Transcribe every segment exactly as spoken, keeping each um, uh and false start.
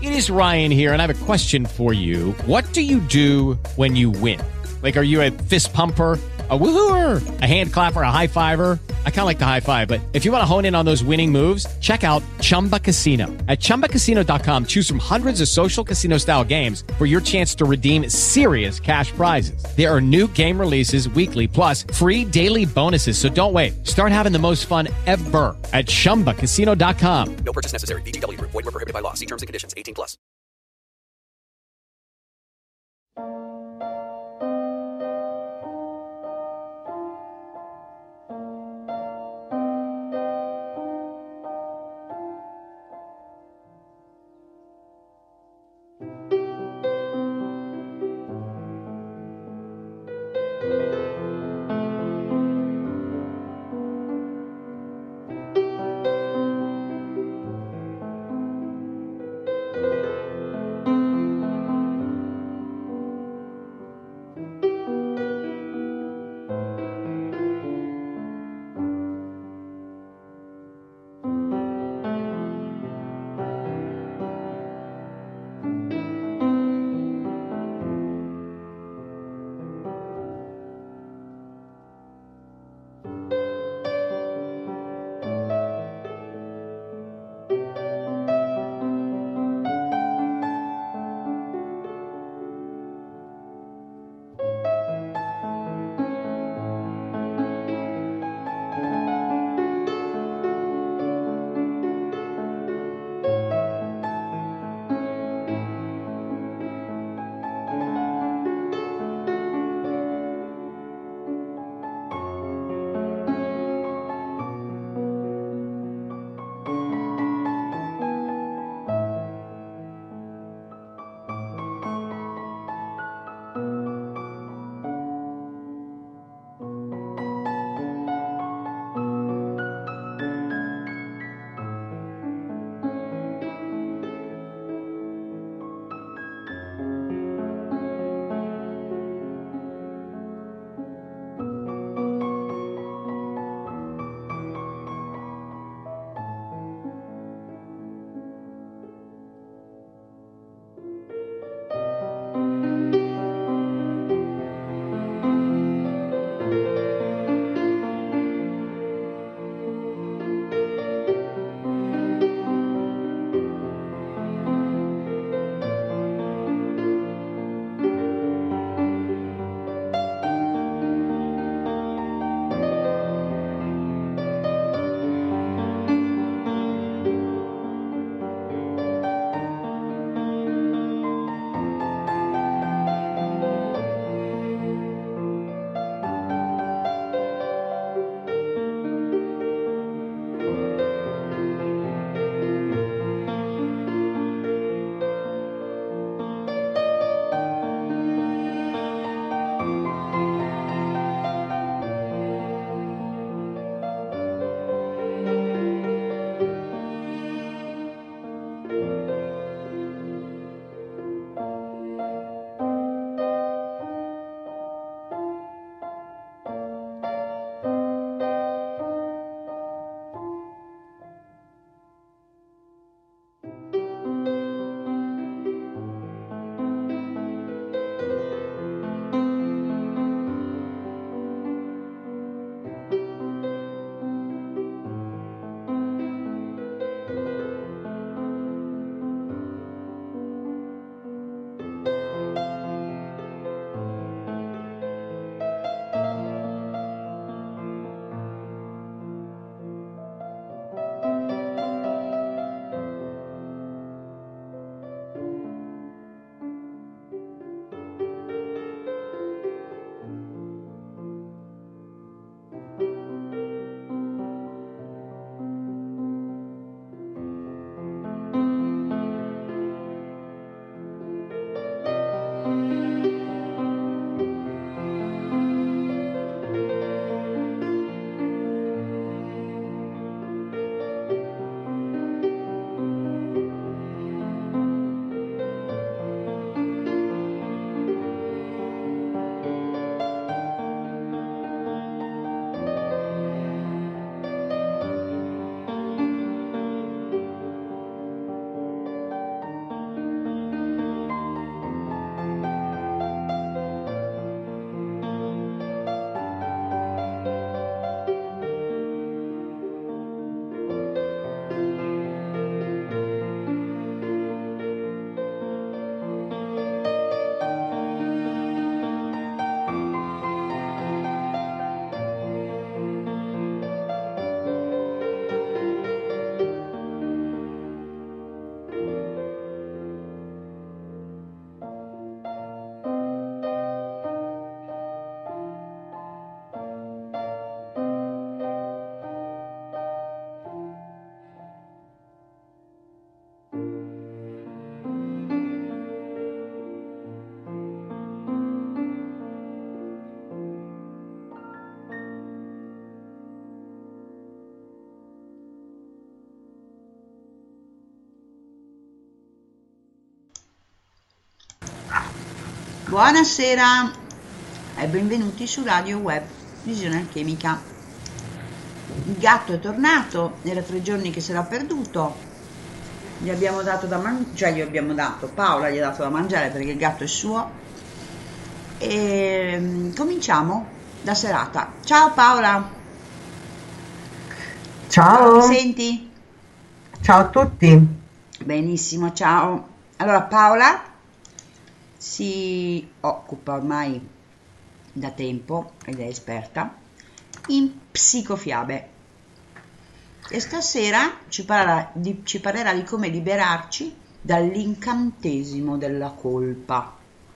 It is Ryan here, and I have a question for you. What do you do when you win? Like, are you a fist pumper, a woohooer, a hand clapper, a high fiver? I kind of like the high five, but if you want to hone in on those winning moves, check out Chumba Casino. At chumba casino dot com, choose from hundreds of social casino style games for your chance to redeem serious cash prizes. There are new game releases weekly, plus free daily bonuses. So don't wait. Start having the most fun ever at chumba casino dot com. No purchase necessary. V G W Group. Void where prohibited by law. See terms and conditions. eighteen plus. Buonasera e benvenuti su Radio Web Visione Alchemica. Il gatto è tornato, era tre giorni che si era perduto, gli abbiamo dato da mangiare, cioè gli abbiamo dato, Paola gli ha dato da mangiare perché il gatto è suo e um, cominciamo la serata. Ciao Paola. Ciao. Mi senti? Ciao a tutti. Benissimo, ciao. Allora Paola si occupa ormai da tempo ed è esperta in psicofiabe e stasera ci parlerà di, ci parlerà di come liberarci dall'incantesimo della colpa.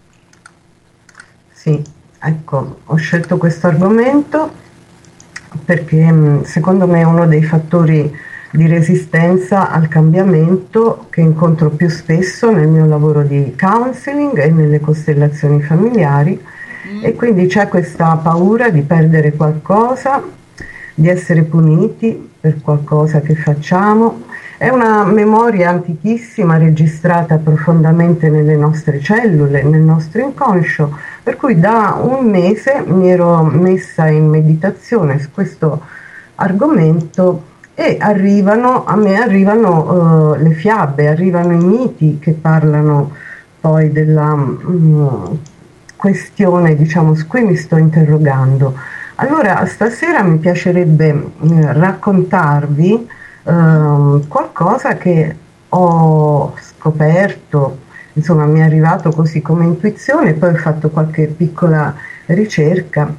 Sì, ecco, ho scelto questo argomento perché secondo me è uno dei fattori di resistenza al cambiamento che incontro più spesso nel mio lavoro di counseling e nelle costellazioni familiari. Mm. E quindi c'è questa paura di perdere qualcosa, di essere puniti per qualcosa che facciamo. È una memoria antichissima registrata profondamente nelle nostre cellule, nel nostro inconscio, per cui da un mese mi ero messa in meditazione su questo argomento e arrivano, a me arrivano uh, le fiabe, arrivano i miti che parlano poi della um, questione, diciamo, su cui mi sto interrogando. Allora, stasera mi piacerebbe uh, raccontarvi uh, qualcosa che ho scoperto, insomma mi è arrivato così come intuizione, poi ho fatto qualche piccola ricerca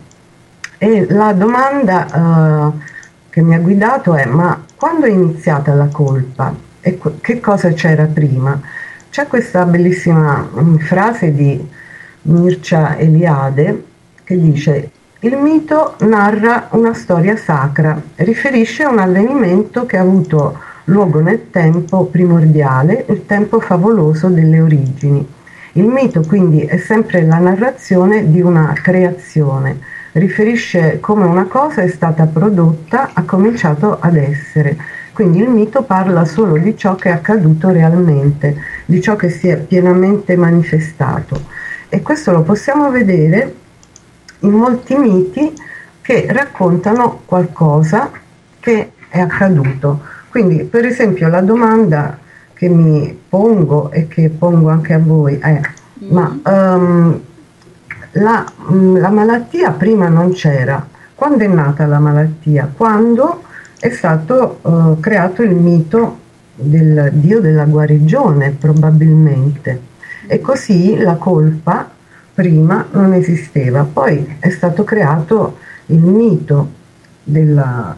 e la domanda uh, che mi ha guidato è: ma quando è iniziata la colpa e che cosa c'era prima? C'è questa bellissima um, frase di Mircea Eliade che dice: il mito narra una storia sacra, riferisce a un avvenimento che ha avuto luogo nel tempo primordiale, il tempo favoloso delle origini. Il mito quindi è sempre la narrazione di una creazione, riferisce come una cosa è stata prodotta, ha cominciato ad essere. Quindi il mito parla solo di ciò che è accaduto realmente, di ciò che si è pienamente manifestato. E questo lo possiamo vedere in molti miti che raccontano qualcosa che è accaduto. Quindi, per esempio, la domanda che mi pongo e che pongo anche a voi è: mm. ma um, La, la malattia prima non c'era. Quando è nata la malattia? Quando è stato uh, creato il mito del dio della guarigione, probabilmente. E così la colpa prima non esisteva. Poi è stato creato il mito della,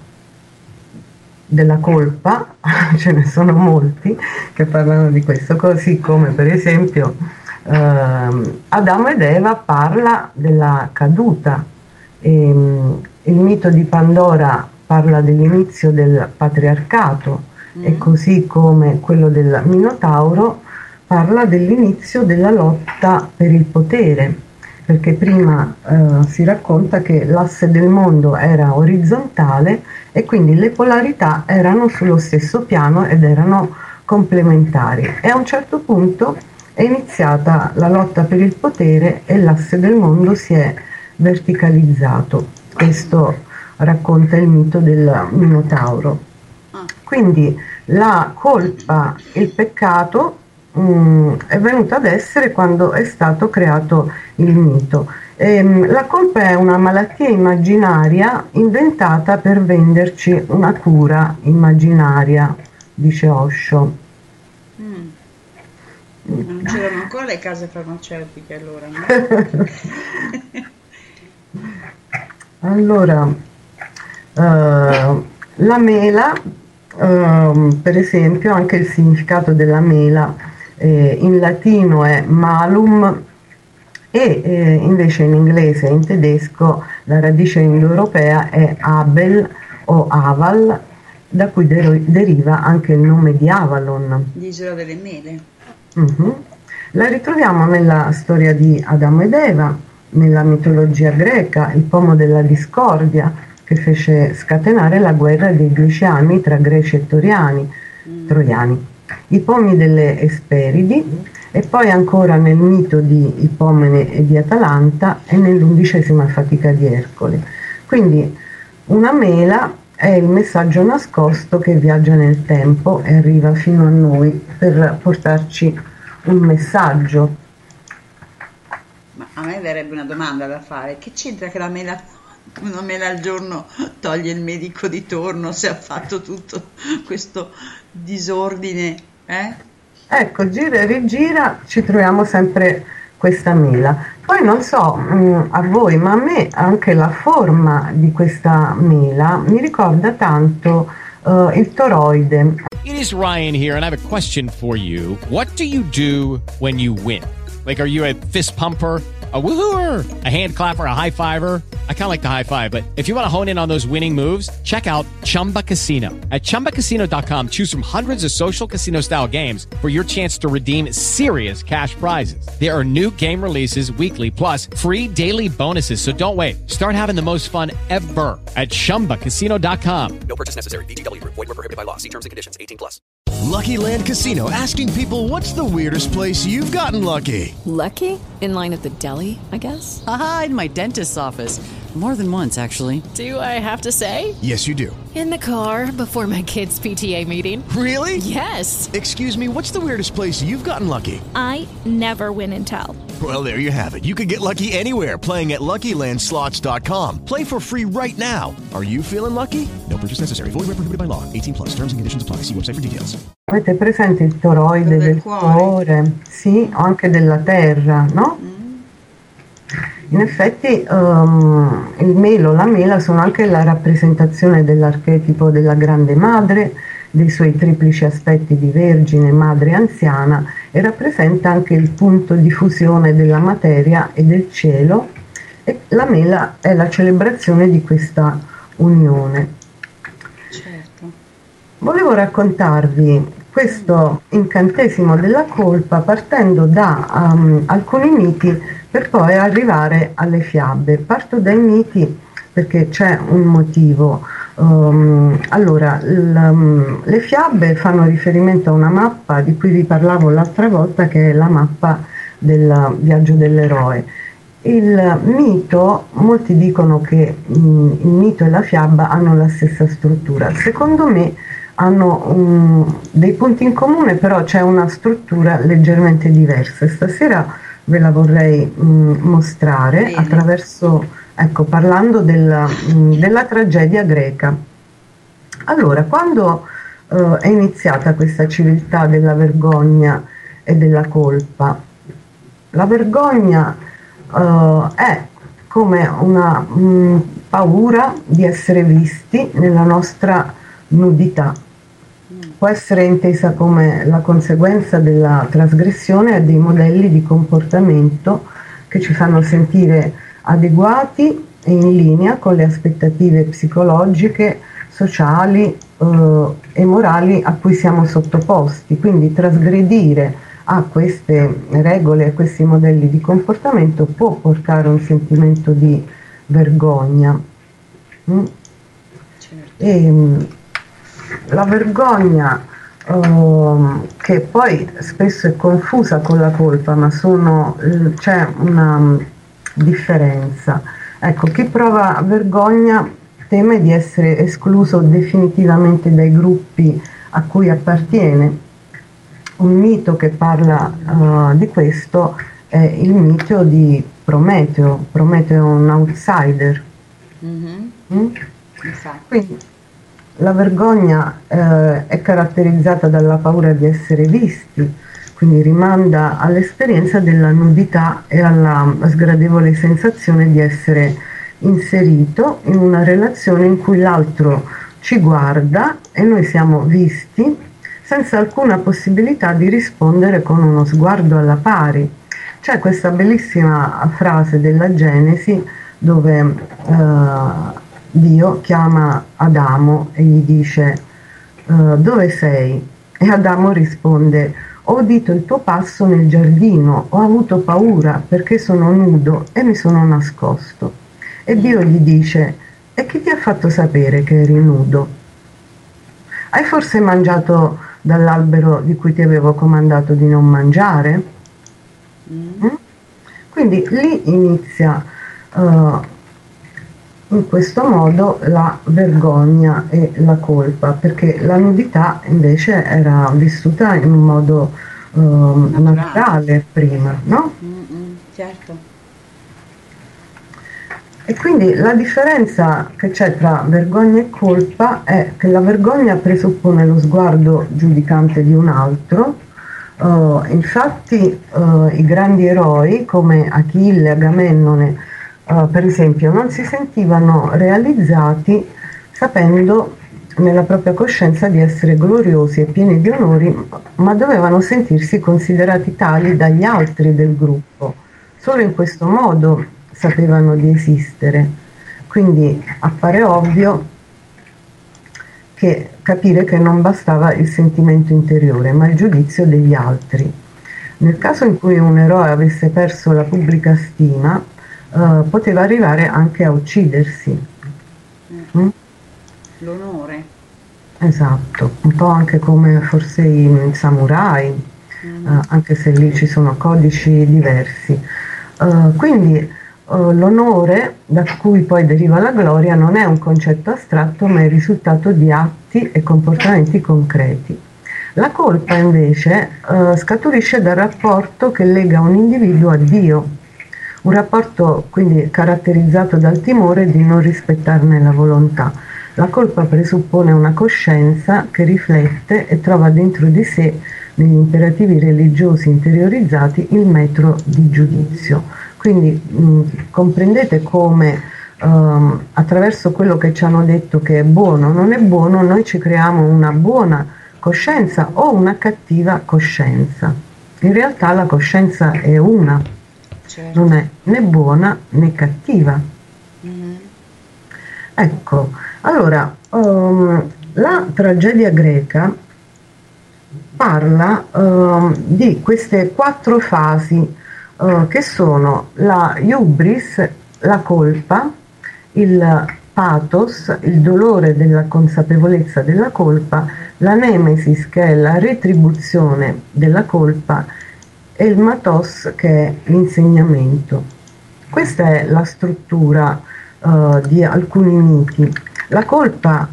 della colpa, ce ne sono molti che parlano di questo, così come per esempio Uh, Adamo ed Eva parla della caduta, e, um, il mito di Pandora parla dell'inizio del patriarcato mm. e così come quello del Minotauro parla dell'inizio della lotta per il potere, perché prima uh, si racconta che l'asse del mondo era orizzontale e quindi le polarità erano sullo stesso piano ed erano complementari, e a un certo punto è iniziata la lotta per il potere e l'asse del mondo si è verticalizzato. Questo racconta il mito del Minotauro. Quindi la colpa, il peccato mh, è venuto ad essere quando è stato creato il mito. E, mh, la colpa è una malattia immaginaria inventata per venderci una cura immaginaria, dice Osho. Mm. Non c'erano ancora le case farmaceutiche allora, no? Allora, uh, la mela, uh, per esempio, anche il significato della mela eh, in latino è malum e eh, invece in inglese e in tedesco la radice indoeuropea è abel o aval, da cui der- deriva anche il nome di Avalon. L'isola delle mele. Uh-huh. La ritroviamo nella storia di Adamo ed Eva, nella mitologia greca, il pomo della discordia che fece scatenare la guerra dei dieci anni tra greci e toriani, mm. troiani. I pomi delle Esperidi e poi ancora nel mito di Ippomene e di Atalanta e nell'undicesima fatica di Ercole. Quindi una mela è il messaggio nascosto che viaggia nel tempo e arriva fino a noi per portarci un messaggio. Ma a me verrebbe una domanda da fare: che c'entra che la mela, una mela al giorno toglie il medico di torno se ha fatto tutto questo disordine? Eh? Ecco, gira e rigira ci troviamo sempre questa mela. Poi non so mh, a voi, ma a me anche la forma di questa mela mi ricorda tanto uh, il toroide. It is Ryan here, and I have a question for you. What do you do when you win? Like, are you a fist pumper, a woohooer, a hand clapper, a high fiver? I kind of like the high five, but if you want to hone in on those winning moves, check out Chumba Casino. At chumba casino dot com, choose from hundreds of social casino style games for your chance to redeem serious cash prizes. There are new game releases weekly, plus free daily bonuses. So don't wait. Start having the most fun ever at chumba casino dot com. No purchase necessary. V G W Group. Void where prohibited by law. See terms and conditions. eighteen plus. Lucky Land Casino, asking people, what's the weirdest place you've gotten lucky? Lucky? In line at the deli, I guess? Aha, in my dentist's office. More than once, actually. Do I have to say? Yes, you do. In the car before my kids' P T A meeting. Really? Yes. Excuse me, what's the weirdest place you've gotten lucky? I never win and tell. Well, there you have it. You can get lucky anywhere, playing at Lucky Land Slots dot com. Play for free right now. Are you feeling lucky? No purchase necessary. Void where prohibited by law. eighteen plus. Terms and conditions apply. See website for details. Avete presente il toroide Del del cuore? cuore? Sì, o anche della terra, no? Mm. In effetti um, il melo, la mela sono anche la rappresentazione dell'archetipo della grande madre, dei suoi triplici aspetti di vergine, madre e anziana, e rappresenta anche il punto di fusione della materia e del cielo, e la mela è la celebrazione di questa unione. Certo. Volevo raccontarvi questo incantesimo della colpa partendo da um, alcuni miti per poi arrivare alle fiabe. Parto dai miti perché c'è un motivo. Um, allora, l- le fiabe fanno riferimento a una mappa di cui vi parlavo l'altra volta, che è la mappa del viaggio dell'eroe. Il mito, molti dicono che mh, il mito e la fiaba hanno la stessa struttura. Secondo me hanno um, dei punti in comune, però c'è una struttura leggermente diversa. Stasera ve la vorrei mh, mostrare Bene. attraverso, ecco, parlando della, mh, della tragedia greca. Allora, quando uh, è iniziata questa civiltà della vergogna e della colpa, la vergogna uh, è come una mh, paura di essere visti nella nostra nudità. Può essere intesa come la conseguenza della trasgressione e dei modelli di comportamento che ci fanno sentire adeguati e in linea con le aspettative psicologiche, sociali eh, e morali a cui siamo sottoposti. Quindi trasgredire a queste regole, a questi modelli di comportamento può portare un sentimento di vergogna. Mm? Certo. E, la vergogna, uh, che poi spesso è confusa con la colpa, ma sono, uh, c'è una um, differenza. Ecco, chi prova vergogna teme di essere escluso definitivamente dai gruppi a cui appartiene. Un mito che parla uh, di questo è il mito di Prometeo. Prometeo è un outsider. Mm-hmm. Mm? Quindi, la vergogna eh, è caratterizzata dalla paura di essere visti, quindi rimanda all'esperienza della nudità e alla sgradevole sensazione di essere inserito in una relazione in cui l'altro ci guarda e noi siamo visti senza alcuna possibilità di rispondere con uno sguardo alla pari. C'è questa bellissima frase della Genesi dove eh, Dio chiama Adamo e gli dice uh, dove sei? E Adamo risponde: ho udito il tuo passo nel giardino, ho avuto paura perché sono nudo e mi sono nascosto. E Dio gli dice: e chi ti ha fatto sapere che eri nudo? Hai forse mangiato dall'albero di cui ti avevo comandato di non mangiare? Mm? Quindi lì inizia uh, in questo modo la vergogna e la colpa, perché la nudità invece era vissuta in un modo uh, Naturale. naturale prima, no? Mm-mm, certo. E quindi la differenza che c'è tra vergogna e colpa è che la vergogna presuppone lo sguardo giudicante di un altro. Uh, infatti uh, i grandi eroi come Achille, Agamennone, uh, per esempio, non si sentivano realizzati sapendo nella propria coscienza di essere gloriosi e pieni di onori, ma dovevano sentirsi considerati tali dagli altri del gruppo. Solo in questo modo sapevano di esistere. Quindi appare ovvio che capire che non bastava il sentimento interiore, ma il giudizio degli altri. Nel caso in cui un eroe avesse perso la pubblica stima, eh, poteva arrivare anche a uccidersi. Mm? L'onore. Esatto, un po' anche come forse i samurai, mm. eh, anche se lì ci sono codici diversi. Uh, quindi uh, l'onore, da cui poi deriva la gloria, non è un concetto astratto, ma è il risultato di atti e comportamenti concreti. La colpa invece uh, scaturisce dal rapporto che lega un individuo a Dio, un rapporto quindi caratterizzato dal timore di non rispettarne la volontà. La colpa presuppone una coscienza che riflette e trova dentro di sé, negli imperativi religiosi interiorizzati, il metro di giudizio. Quindi mh, comprendete come um, attraverso quello che ci hanno detto che è buono, non è buono, noi ci creiamo una buona coscienza o una cattiva coscienza. In realtà la coscienza è una, Certo. non è né buona né cattiva. Mhm. Ecco, allora um, la tragedia greca parla uh, di queste quattro fasi uh, che sono la hubris, la colpa, il pathos, il dolore della consapevolezza della colpa, la nemesis, che è la retribuzione della colpa, e il matos, che è l'insegnamento. Questa è la struttura uh, di alcuni miti. La colpa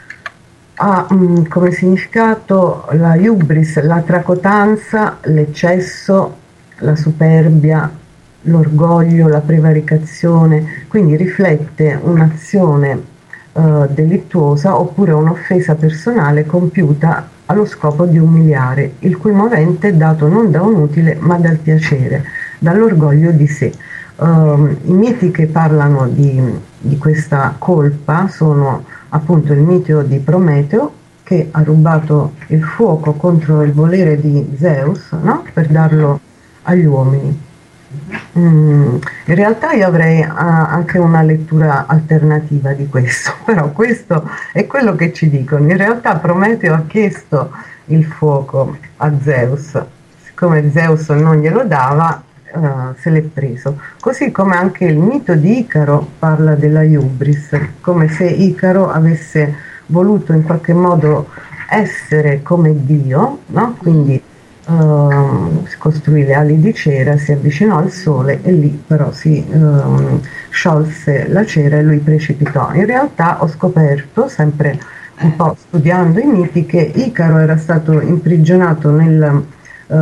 ha um, come significato la hubris, la tracotanza, l'eccesso, la superbia, l'orgoglio, la prevaricazione, quindi riflette un'azione uh, delittuosa oppure un'offesa personale compiuta allo scopo di umiliare, il cui movente è dato non da un utile ma dal piacere, dall'orgoglio di sé. Uh, I miti che parlano di, di questa colpa sono appunto il mito di Prometeo, che ha rubato il fuoco contro il volere di Zeus, no? Per darlo agli uomini. Mm, in realtà io avrei uh, anche una lettura alternativa di questo, però questo è quello che ci dicono. In realtà Prometeo ha chiesto il fuoco a Zeus, siccome Zeus non glielo dava, uh, se l'è preso. Così come anche il mito di Icaro parla della hubris, come se Icaro avesse voluto in qualche modo essere come Dio, no? Quindi Uh, si costruì le ali di cera, si avvicinò al sole e lì però si uh, sciolse la cera e lui precipitò. In realtà ho scoperto, sempre un po' studiando i miti, che Icaro era stato imprigionato nel, uh,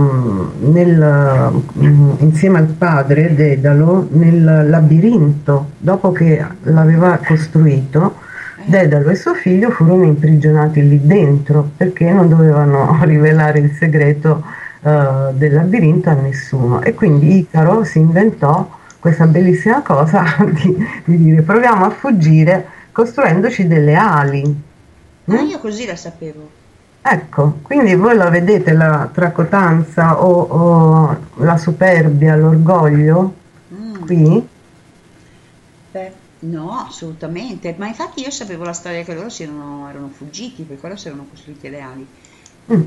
nel, uh, insieme al padre Dedalo nel labirinto. Dopo che l'aveva costruito, Dedalo e suo figlio furono imprigionati lì dentro perché non dovevano rivelare il segreto uh, del labirinto a nessuno, e quindi Icaro si inventò questa bellissima cosa di, di dire: proviamo a fuggire costruendoci delle ali. Mm? Ah, io così la sapevo. Ecco, quindi voi la vedete la tracotanza o, o la superbia, l'orgoglio mm. qui? Beh, no, assolutamente, ma infatti io sapevo la storia che loro si erano, erano fuggiti, per quello si erano costruite le ali. Mm.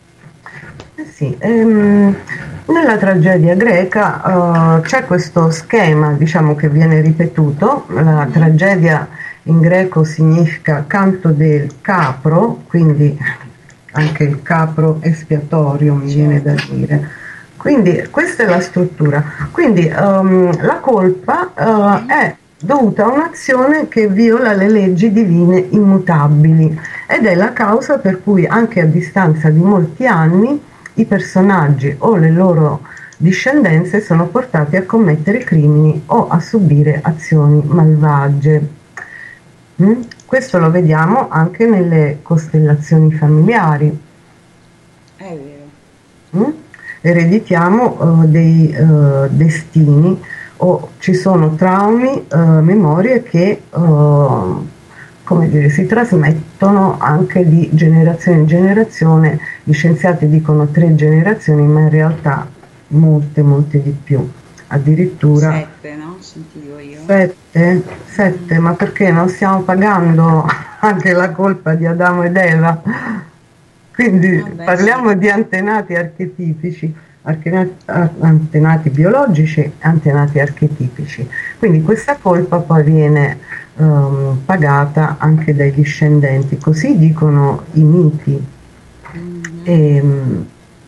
Eh sì, ehm, nella tragedia greca uh, c'è questo schema, diciamo, che viene ripetuto. La tragedia in greco significa canto del capro, quindi anche il capro espiatorio, mi viene da dire, Quindi questa è la struttura. Quindi um, la colpa uh, è dovuta a un'azione che viola le leggi divine immutabili ed è la causa per cui anche a distanza di molti anni i personaggi o le loro discendenze sono portati a commettere crimini o a subire azioni malvagie. Mm? Questo lo vediamo anche nelle costellazioni familiari. È vero. Mm? Ereditiamo uh, dei uh, destini o ci sono traumi, uh, memorie che uh, come dire, si trasmettono anche di generazione in generazione. Gli scienziati dicono tre generazioni, ma in realtà molte, molte di più. Addirittura sette, no? Sentivo io. Sette? Sette, ma perché non stiamo pagando anche la colpa di Adamo ed Eva? Quindi Vabbè, parliamo sì. di antenati archetipici, antenati, antenati biologici, antenati archetipici. Quindi questa colpa poi viene um, pagata anche dai discendenti, così dicono i miti. Mm. E, um,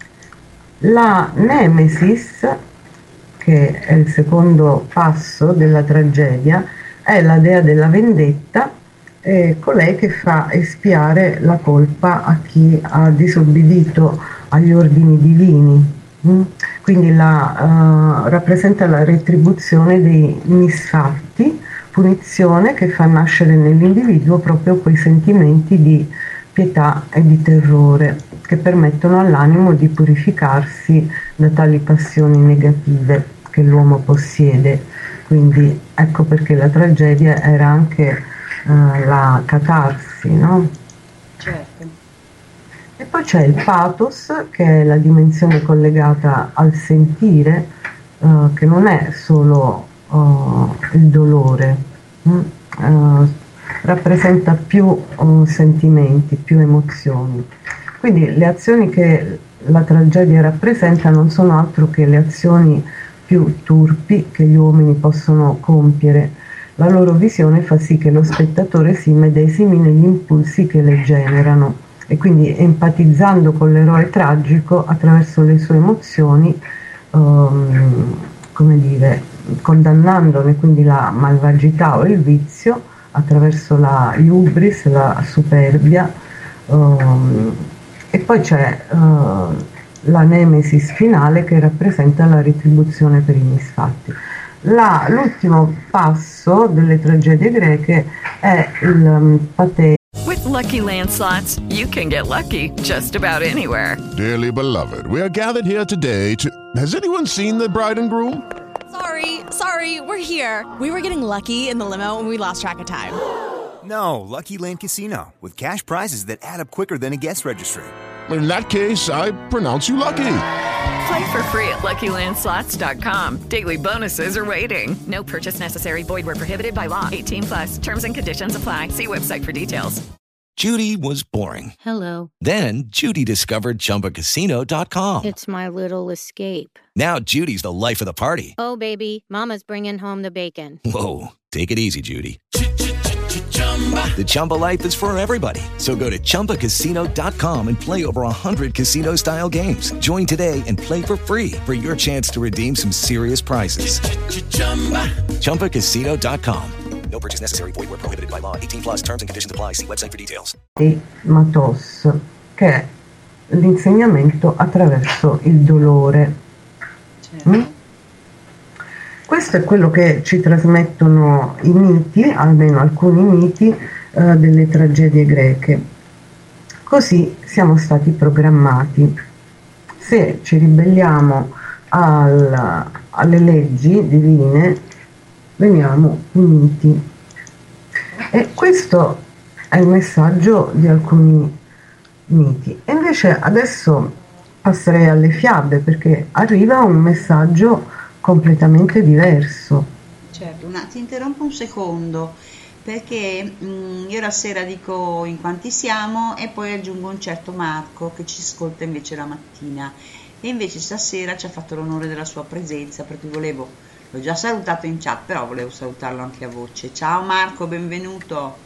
la nemesis, che è il secondo passo della tragedia, è la dea della vendetta, è colei che fa espiare la colpa a chi ha disobbedito agli ordini divini. Mm? Quindi la, uh, rappresenta la retribuzione dei misfatti, punizione che fa nascere nell'individuo proprio quei sentimenti di pietà e di terrore che permettono all'animo di purificarsi da tali passioni negative che l'uomo possiede. Quindi ecco perché la tragedia era anche uh, la catarsi, no? Certo. E poi c'è il pathos, che è la dimensione collegata al sentire, uh, che non è solo uh, il dolore, mm? uh, rappresenta più uh, sentimenti, più emozioni. Quindi le azioni che la tragedia rappresenta non sono altro che le azioni più turpi che gli uomini possono compiere. La loro visione fa sì che lo spettatore si medesimi negli impulsi che le generano e quindi empatizzando con l'eroe tragico attraverso le sue emozioni, um, come dire, condannandone quindi la malvagità o il vizio attraverso la hubris, la superbia, um, e poi c'è uh, la nemesis finale che rappresenta la retribuzione per i misfatti. La, l'ultimo passo delle tragedie greche è il um, patè. With Lucky Land Slots, you can get lucky just about anywhere. Dearly beloved, we are gathered here today to... Has anyone seen the bride and groom? Sorry, sorry, we're here. We were getting lucky in the limo and we lost track of time. No, Lucky Land Casino, with cash prizes that add up quicker than a guest registry. In that case, I pronounce you lucky. Play for free at Lucky Land Slots dot com. Daily bonuses are waiting. No purchase necessary. Void where prohibited by law. eighteen plus. Terms and conditions apply. See website for details. Judy was boring. Hello. Then Judy discovered Chumba Casino dot com. It's my little escape. Now Judy's the life of the party. Oh, baby, mama's bringing home the bacon. Whoa, take it easy, Judy. The Chumba life is for everybody. So go to Chumba Casino dot com and play over one hundred casino-style games. Join today and play for free for your chance to redeem some serious prizes. Chumba Casino dot com. No purchase necessary. Void where prohibited by law. eighteen plus. Terms and conditions apply. See website for details. E matos, che è l'insegnamento attraverso il dolore. Certo. Mm? Questo è quello che ci trasmettono i miti, almeno alcuni miti, eh, delle tragedie greche. Così siamo stati programmati. Se ci ribelliamo al, alle leggi divine, veniamo puniti. E questo è il messaggio di alcuni miti. E invece adesso passerei alle fiabe, perché arriva un messaggio completamente diverso. Certo, una, ti interrompo un secondo perché mh, io la sera dico in quanti siamo e poi aggiungo un certo Marco che ci ascolta invece la mattina e invece stasera ci ha fatto l'onore della sua presenza, per cui volevo, l'ho già salutato in chat, però volevo salutarlo anche a voce. Ciao Marco, benvenuto.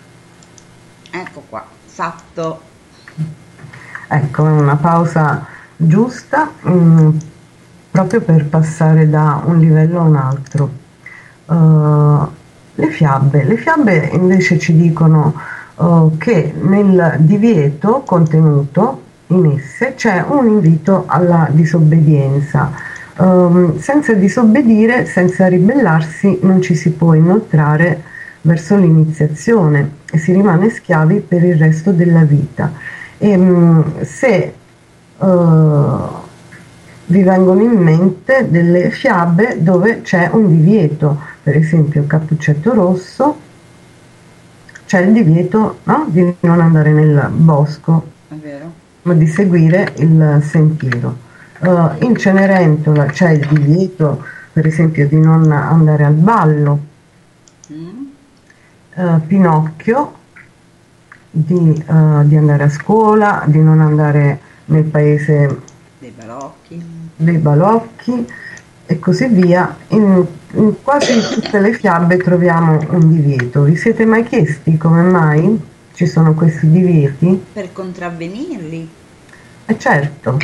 Ecco qua, fatto. Ecco, una pausa giusta, mh, proprio per passare da un livello a un altro. Uh, le fiabe, le fiabe invece ci dicono uh, che nel divieto contenuto in esse c'è un invito alla disobbedienza. Um, senza disobbedire, senza ribellarsi, non ci si può inoltrare verso l'iniziazione e si rimane schiavi per il resto della vita. E um, se uh, vi vengono in mente delle fiabe dove c'è un divieto, per esempio Cappuccetto Rosso, c'è il divieto, no, di non andare nel bosco, È vero. ma di seguire il sentiero. Uh, in Cenerentola c'è il divieto, per esempio, di non andare al ballo. Mm. Uh, Pinocchio di, uh, di andare a scuola, di non andare nel paese Dei balocchi. dei balocchi e così via. In, in quasi tutte le fiabe troviamo un divieto. Vi siete mai chiesti come mai ci sono questi divieti? Per contravvenirli. Eh certo.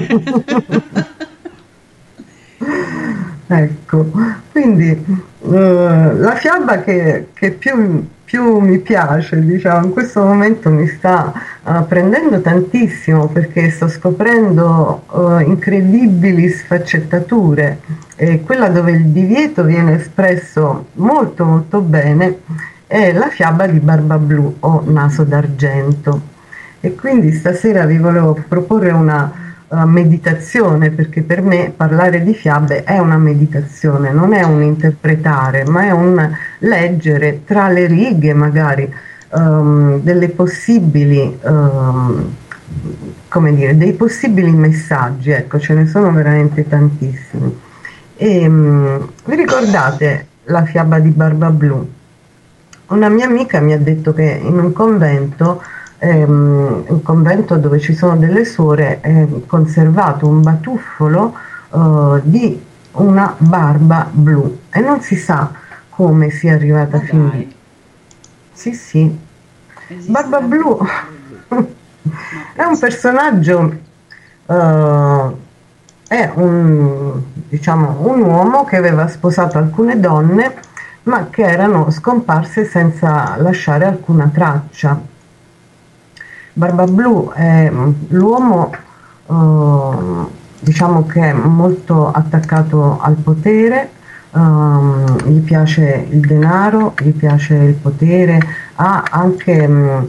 Ecco, quindi uh, la fiaba che, che più, più mi piace, diciamo, in questo momento mi sta uh, prendendo tantissimo perché sto scoprendo uh, incredibili sfaccettature, e quella dove il divieto viene espresso molto molto bene è la fiaba di Barbablù o Naso d'Argento. E quindi stasera vi volevo proporre una uh, meditazione, perché per me parlare di fiabe è una meditazione, non è un interpretare, ma è un leggere tra le righe magari um, delle possibili, um, come dire, dei possibili messaggi, ecco, ce ne sono veramente tantissimi. E, um, vi ricordate la fiaba di Barbablù? Una mia amica mi ha detto che in un convento Um, un convento dove ci sono delle suore, è conservato un batuffolo uh, di una barba blu e non si sa come sia arrivata Ma fin dai. lì. Sì, sì. Esiste Barba anche blu è un personaggio, uh, è un, diciamo, un uomo che aveva sposato alcune donne ma che erano scomparse senza lasciare alcuna traccia. Barbablù è l'uomo, uh, diciamo, che è molto attaccato al potere, um, gli piace il denaro, gli piace il potere, ha anche, um,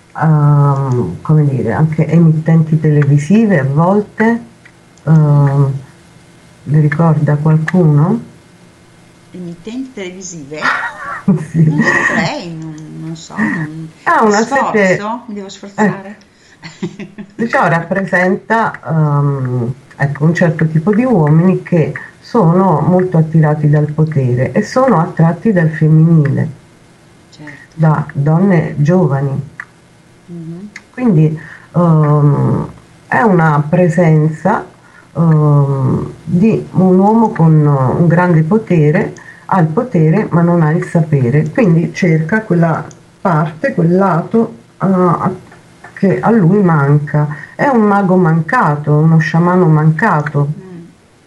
um, come dire, anche emittenti televisive a volte. Uh, vi ricorda qualcuno? Emittenti televisive? Sì. Non saprei, non, non so. Non... Ah, una Sforzo? sete... Mi devo sforzare? Eh. Diciamo, rappresenta um, ecco, un certo tipo di uomini che sono molto attirati dal potere e sono attratti dal femminile, Certo. da donne giovani. Mhm. Quindi um, è una presenza um, di un uomo con un grande potere, ha il potere ma non ha il sapere, quindi cerca quella parte, quel lato uh, che a lui manca. È un mago mancato, uno sciamano mancato. Mm.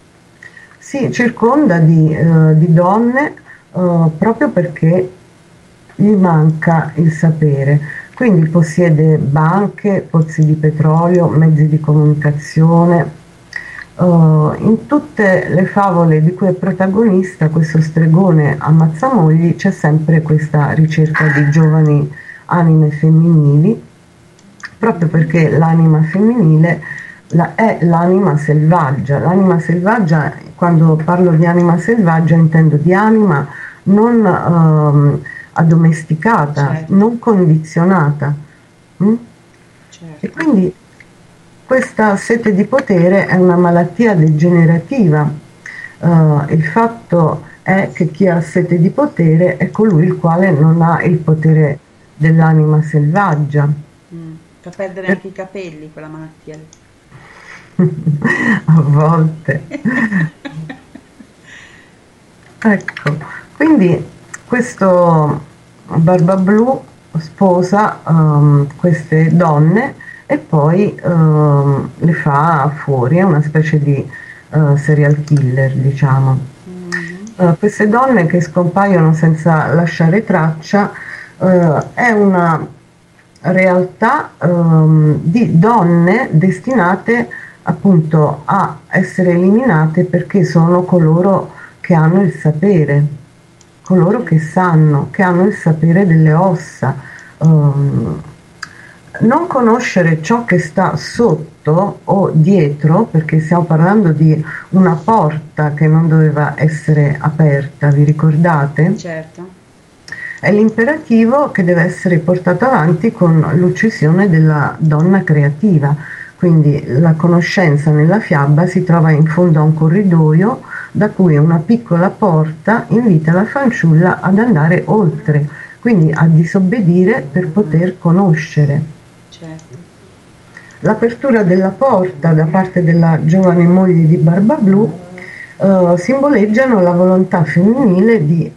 Si circonda di, uh, di donne uh, proprio perché gli manca il sapere. Quindi possiede banche, pozzi di petrolio, mezzi di comunicazione. Uh, in tutte le favole di cui è protagonista questo stregone ammazzamogli c'è sempre questa ricerca di giovani anime femminili, proprio perché l'anima femminile la, è l'anima selvaggia. L'anima selvaggia, quando parlo di anima selvaggia intendo di anima non um, addomesticata, Certo. non condizionata. Mm? Certo. E quindi questa sete di potere è una malattia degenerativa. Uh, il fatto è che chi ha sete di potere è colui il quale non ha il potere dell'anima selvaggia. Mm. Fa perdere anche i capelli quella malattia lì. A volte. Ecco, quindi questo Barbablù sposa um, queste donne e poi ehm, le fa fuori, è una specie di eh, serial killer, diciamo. Uh, queste donne che scompaiono senza lasciare traccia uh, è una realtà um, di donne destinate appunto a essere eliminate perché sono coloro che hanno il sapere, coloro che sanno, che hanno il sapere delle ossa. Um, non conoscere ciò che sta sotto o dietro, perché stiamo parlando di una porta che non doveva essere aperta, vi ricordate? Certo. È l'imperativo che deve essere portato avanti con l'uccisione della donna creativa. Quindi la conoscenza nella fiaba si trova in fondo a un corridoio da cui una piccola porta invita la fanciulla ad andare oltre, quindi a disobbedire per poter conoscere. Certo. L'apertura della porta da parte della giovane moglie di Barbablù eh, simboleggiano la volontà femminile di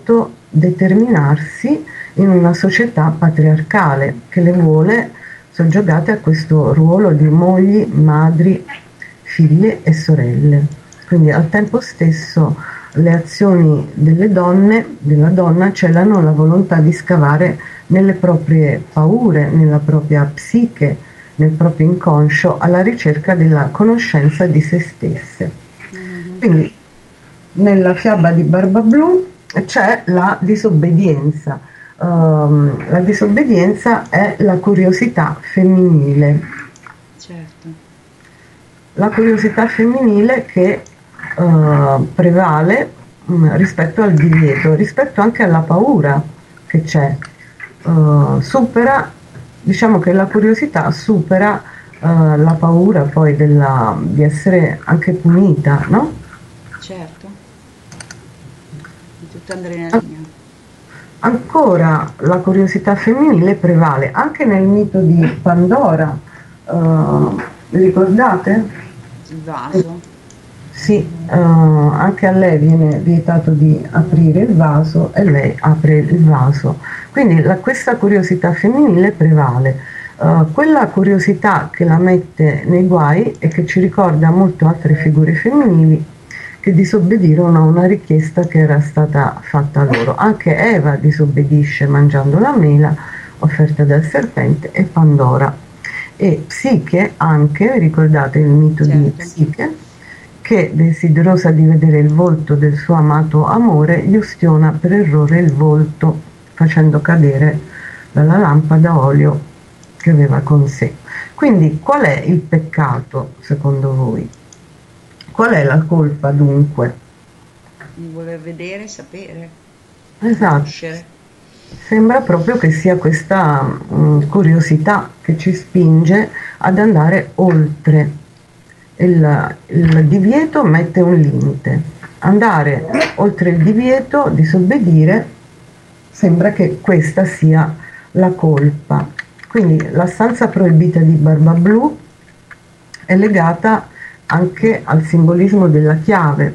autodeterminarsi in una società patriarcale che le vuole soggiogate a questo ruolo di mogli, madri, figlie e sorelle. Quindi al tempo stesso le azioni delle donne, della donna, celano la volontà di scavare nelle proprie paure, nella propria psiche, nel proprio inconscio, alla ricerca della conoscenza di se stesse. Mm-hmm. Quindi nella fiaba di Barbablù c'è la disobbedienza. Um, la disobbedienza è la curiosità femminile. Certo. La curiosità femminile che uh, prevale um, rispetto al divieto, rispetto anche alla paura che c'è. Uh, supera, diciamo che la curiosità supera uh, la paura poi della, di essere anche punita, no? Certo. Di tutta adrenalina. Ancora la curiosità femminile prevale anche nel mito di Pandora. Uh, vi ricordate? Il vaso. Sì, uh, anche a lei viene vietato di aprire il vaso e lei apre il vaso. Quindi la, questa curiosità femminile prevale. Uh, quella curiosità che la mette nei guai e che ci ricorda molto altre figure femminili che disobbedirono a una richiesta che era stata fatta loro. Anche Eva disobbedisce mangiando la mela offerta dal serpente e Pandora. E Psiche anche, ricordate il mito certo. di Psiche, che desiderosa di vedere il volto del suo amato amore gli ustiona per errore il volto, facendo cadere dalla lampada olio che aveva con sé. Quindi qual è il peccato secondo voi? Qual è la colpa dunque? Voler vedere, sapere, esatto. conoscere. Sembra proprio che sia questa mh, curiosità che ci spinge ad andare oltre. Il, il divieto mette un limite. Andare oltre il divieto, disobbedire, sembra che questa sia la colpa. Quindi la stanza proibita di Barbablù è legata anche al simbolismo della chiave,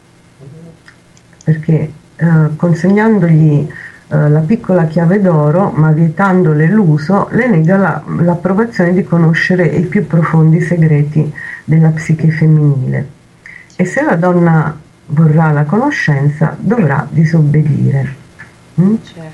perché eh, consegnandogli eh, la piccola chiave d'oro, ma vietandole l'uso, le nega la, l'approvazione di conoscere i più profondi segreti della psiche femminile. E se la donna vorrà la conoscenza, dovrà disobbedire. Mm? Certo.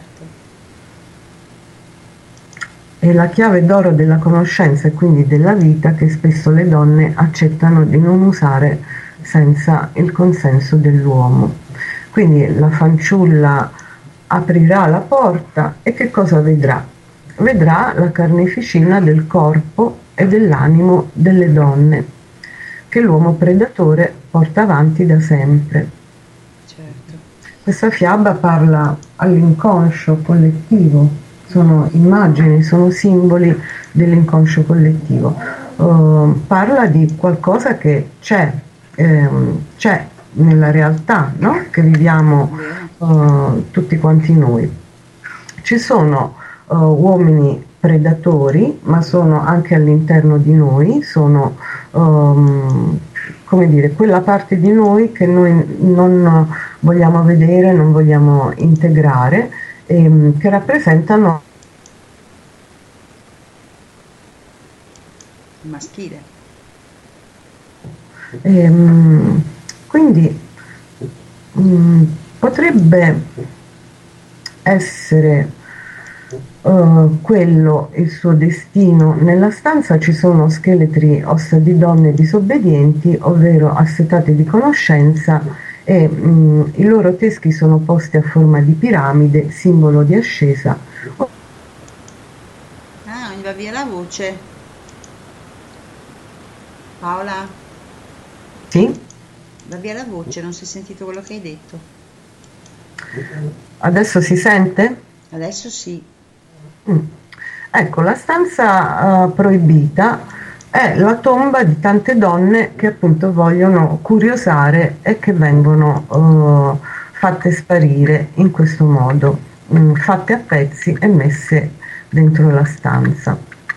È la chiave d'oro della conoscenza e quindi della vita che spesso le donne accettano di non usare senza il consenso dell'uomo. Quindi la fanciulla aprirà la porta e che cosa vedrà? Vedrà la carneficina del corpo e dell'animo delle donne che l'uomo predatore porta avanti da sempre. Certo. Questa fiaba parla all'inconscio collettivo. Sono immagini, sono simboli dell'inconscio collettivo. Uh, parla di qualcosa che c'è, ehm, c'è nella realtà, no? Che viviamo uh, tutti quanti noi. Ci sono uh, uomini predatori, ma sono anche all'interno di noi, sono um, come dire, quella parte di noi che noi non vogliamo vedere, non vogliamo integrare, ehm, che rappresentano maschile. Ehm, quindi mh, potrebbe essere uh, quello il suo destino. Nella stanza ci sono scheletri, ossa di donne disobbedienti, ovvero assetate di conoscenza, e mh, i loro teschi sono posti a forma di piramide, simbolo di ascesa. Ah, mi va via la voce. Paola? Sì? Va via la voce, non si è sentito quello che hai detto. Adesso si sente? Adesso sì. Mm. Ecco, la stanza uh, proibita è la tomba di tante donne che appunto vogliono curiosare e che vengono uh, fatte sparire in questo modo, mh, fatte a pezzi e messe dentro la stanza.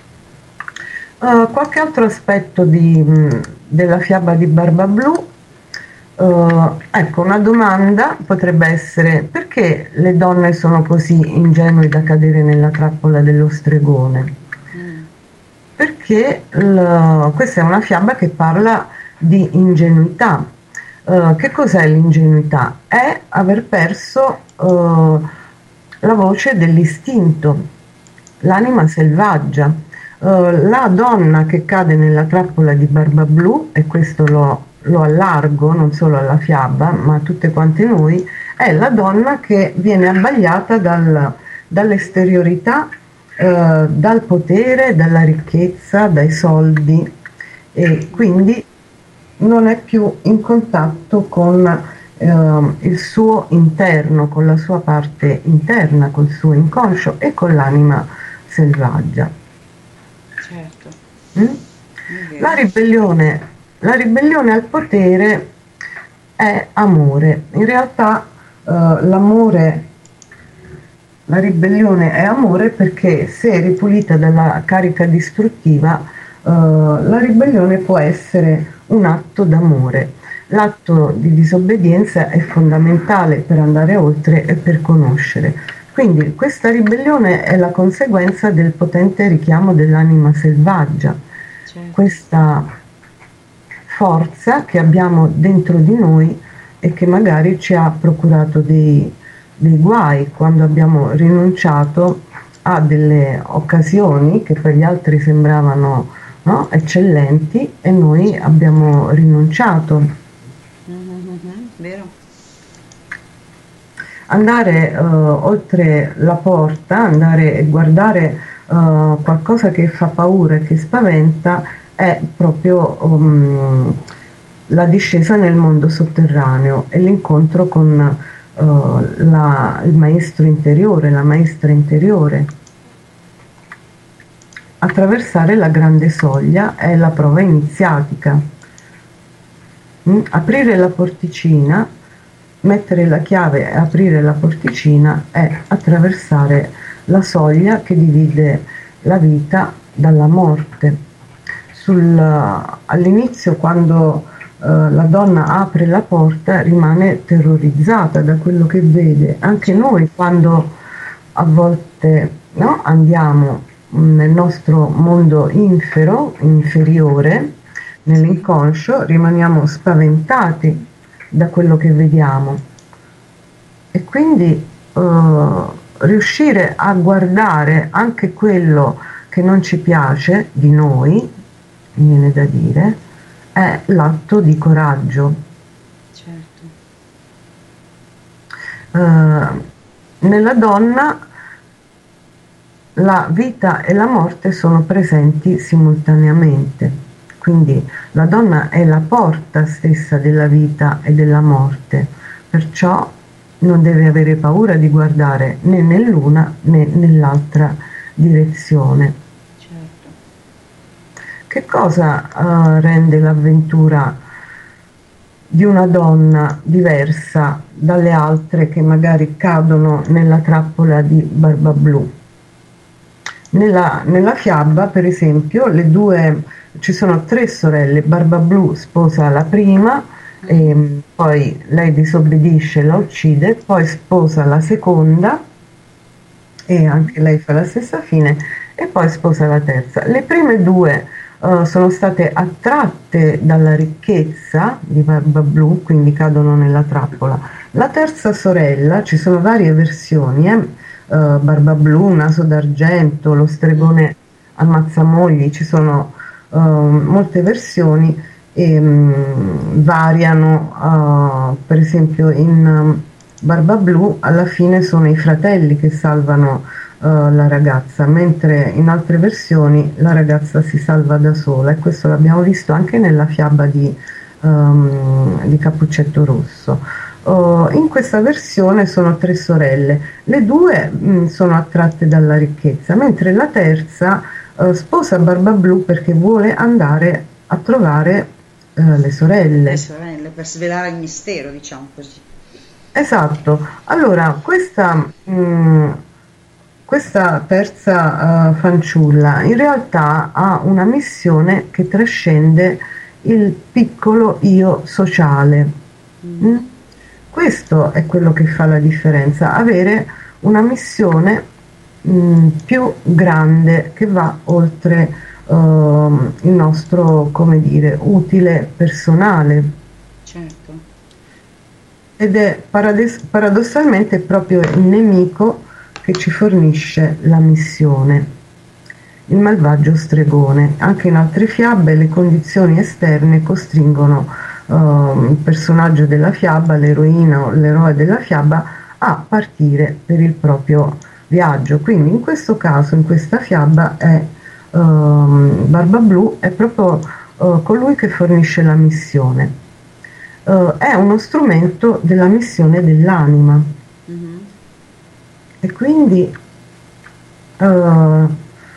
Uh, qualche altro aspetto di, mh, della fiaba di Barbablù. Uh, ecco, una domanda potrebbe essere: perché le donne sono così ingenue da cadere nella trappola dello stregone? Mm. Perché l- questa è una fiaba che parla di ingenuità. Uh, che cos'è l'ingenuità? È aver perso uh, la voce dell'istinto, l'anima selvaggia. Uh, la donna che cade nella trappola di Barbablù, e questo lo lo allargo non solo alla fiaba ma a tutte quante noi, è la donna che viene abbagliata dal, dall'esteriorità, eh, dal potere, dalla ricchezza, dai soldi, e quindi non è più in contatto con eh, il suo interno, con la sua parte interna, col suo inconscio e con l'anima selvaggia. Certo. Mm? La ribellione La ribellione al potere è amore. In realtà eh, l'amore, la ribellione è amore, perché se ripulita dalla carica distruttiva, eh, la ribellione può essere un atto d'amore. L'atto di disobbedienza è fondamentale per andare oltre e per conoscere. Quindi questa ribellione è la conseguenza del potente richiamo dell'anima selvaggia. Certo. Questa forza che abbiamo dentro di noi e che magari ci ha procurato dei, dei guai quando abbiamo rinunciato a delle occasioni che per gli altri sembravano, no, eccellenti, e noi abbiamo rinunciato. Mm-hmm, vero. Andare uh, oltre la porta, andare e guardare uh, qualcosa che fa paura e che spaventa, è proprio um, la discesa nel mondo sotterraneo e l'incontro con uh, la, il maestro interiore, la maestra interiore. Attraversare la grande soglia è la prova iniziatica. Mm? Aprire la porticina, mettere la chiave e aprire la porticina è attraversare la soglia che divide la vita dalla morte. Sul, all'inizio, quando uh, la donna apre la porta, rimane terrorizzata da quello che vede. Anche noi, quando a volte, no, andiamo nel nostro mondo infero, inferiore, nell'inconscio, rimaniamo spaventati da quello che vediamo, e quindi uh, riuscire a guardare anche quello che non ci piace di noi, mi viene da dire, è l'atto di coraggio. Certo. Uh, nella donna la vita e la morte sono presenti simultaneamente, quindi la donna è la porta stessa della vita e della morte, perciò non deve avere paura di guardare né nell'una né nell'altra direzione. Che cosa uh, rende l'avventura di una donna diversa dalle altre che magari cadono nella trappola di Barbablù? Nella, nella fiaba, per esempio, le due, ci sono tre sorelle. Barbablù sposa la prima, e poi lei disobbedisce e la uccide, poi sposa la seconda e anche lei fa la stessa fine, e poi sposa la terza. Le prime due Uh, uh, sono state attratte dalla ricchezza di Barbablù, quindi cadono nella trappola. La terza sorella, ci sono varie versioni, eh? uh, Barbablù, Naso d'argento, lo stregone ammazzamogli, ci sono uh, molte versioni e um, variano, uh, per esempio in um, Barbablù alla fine sono i fratelli che salvano uh, la ragazza, mentre in altre versioni la ragazza si salva da sola, e questo l'abbiamo visto anche nella fiaba di, um, di Cappuccetto Rosso. Uh, in questa versione sono tre sorelle, le due mh, sono attratte dalla ricchezza, mentre la terza uh, sposa Barbablù perché vuole andare a trovare uh, le sorelle. Le sorelle, per svelare il mistero, diciamo così. Esatto. Allora, questa, mh, questa terza uh, fanciulla in realtà ha una missione che trascende il piccolo io sociale. Mm. Mm? Questo è quello che fa la differenza, avere una missione mh, più grande che va oltre uh, il nostro, come dire, utile personale. Certo. Ed è paradoss- paradossalmente proprio il nemico che ci fornisce la missione, il malvagio stregone. Anche in altre fiabe le condizioni esterne costringono Uh, il personaggio della fiaba, l'eroina o l'eroe della fiaba, a partire per il proprio viaggio. Quindi in questo caso, in questa fiaba, è uh, Barbablù è proprio uh, colui che fornisce la missione. Uh, è uno strumento della missione dell'anima. Mm-hmm. E quindi uh,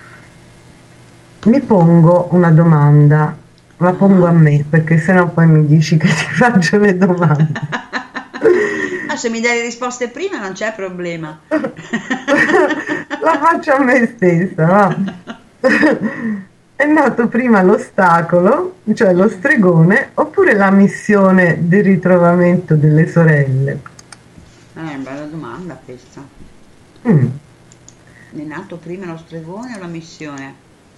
mi pongo una domanda. La pongo a me, perché sennò poi mi dici che ti faccio le domande. Ah, se mi dai le risposte prima non c'è problema. La faccio a me stessa, va. È nato prima l'ostacolo, cioè lo stregone, oppure la missione del ritrovamento delle sorelle? Eh, è una bella domanda questa. Mm. È nato prima lo stregone o la missione?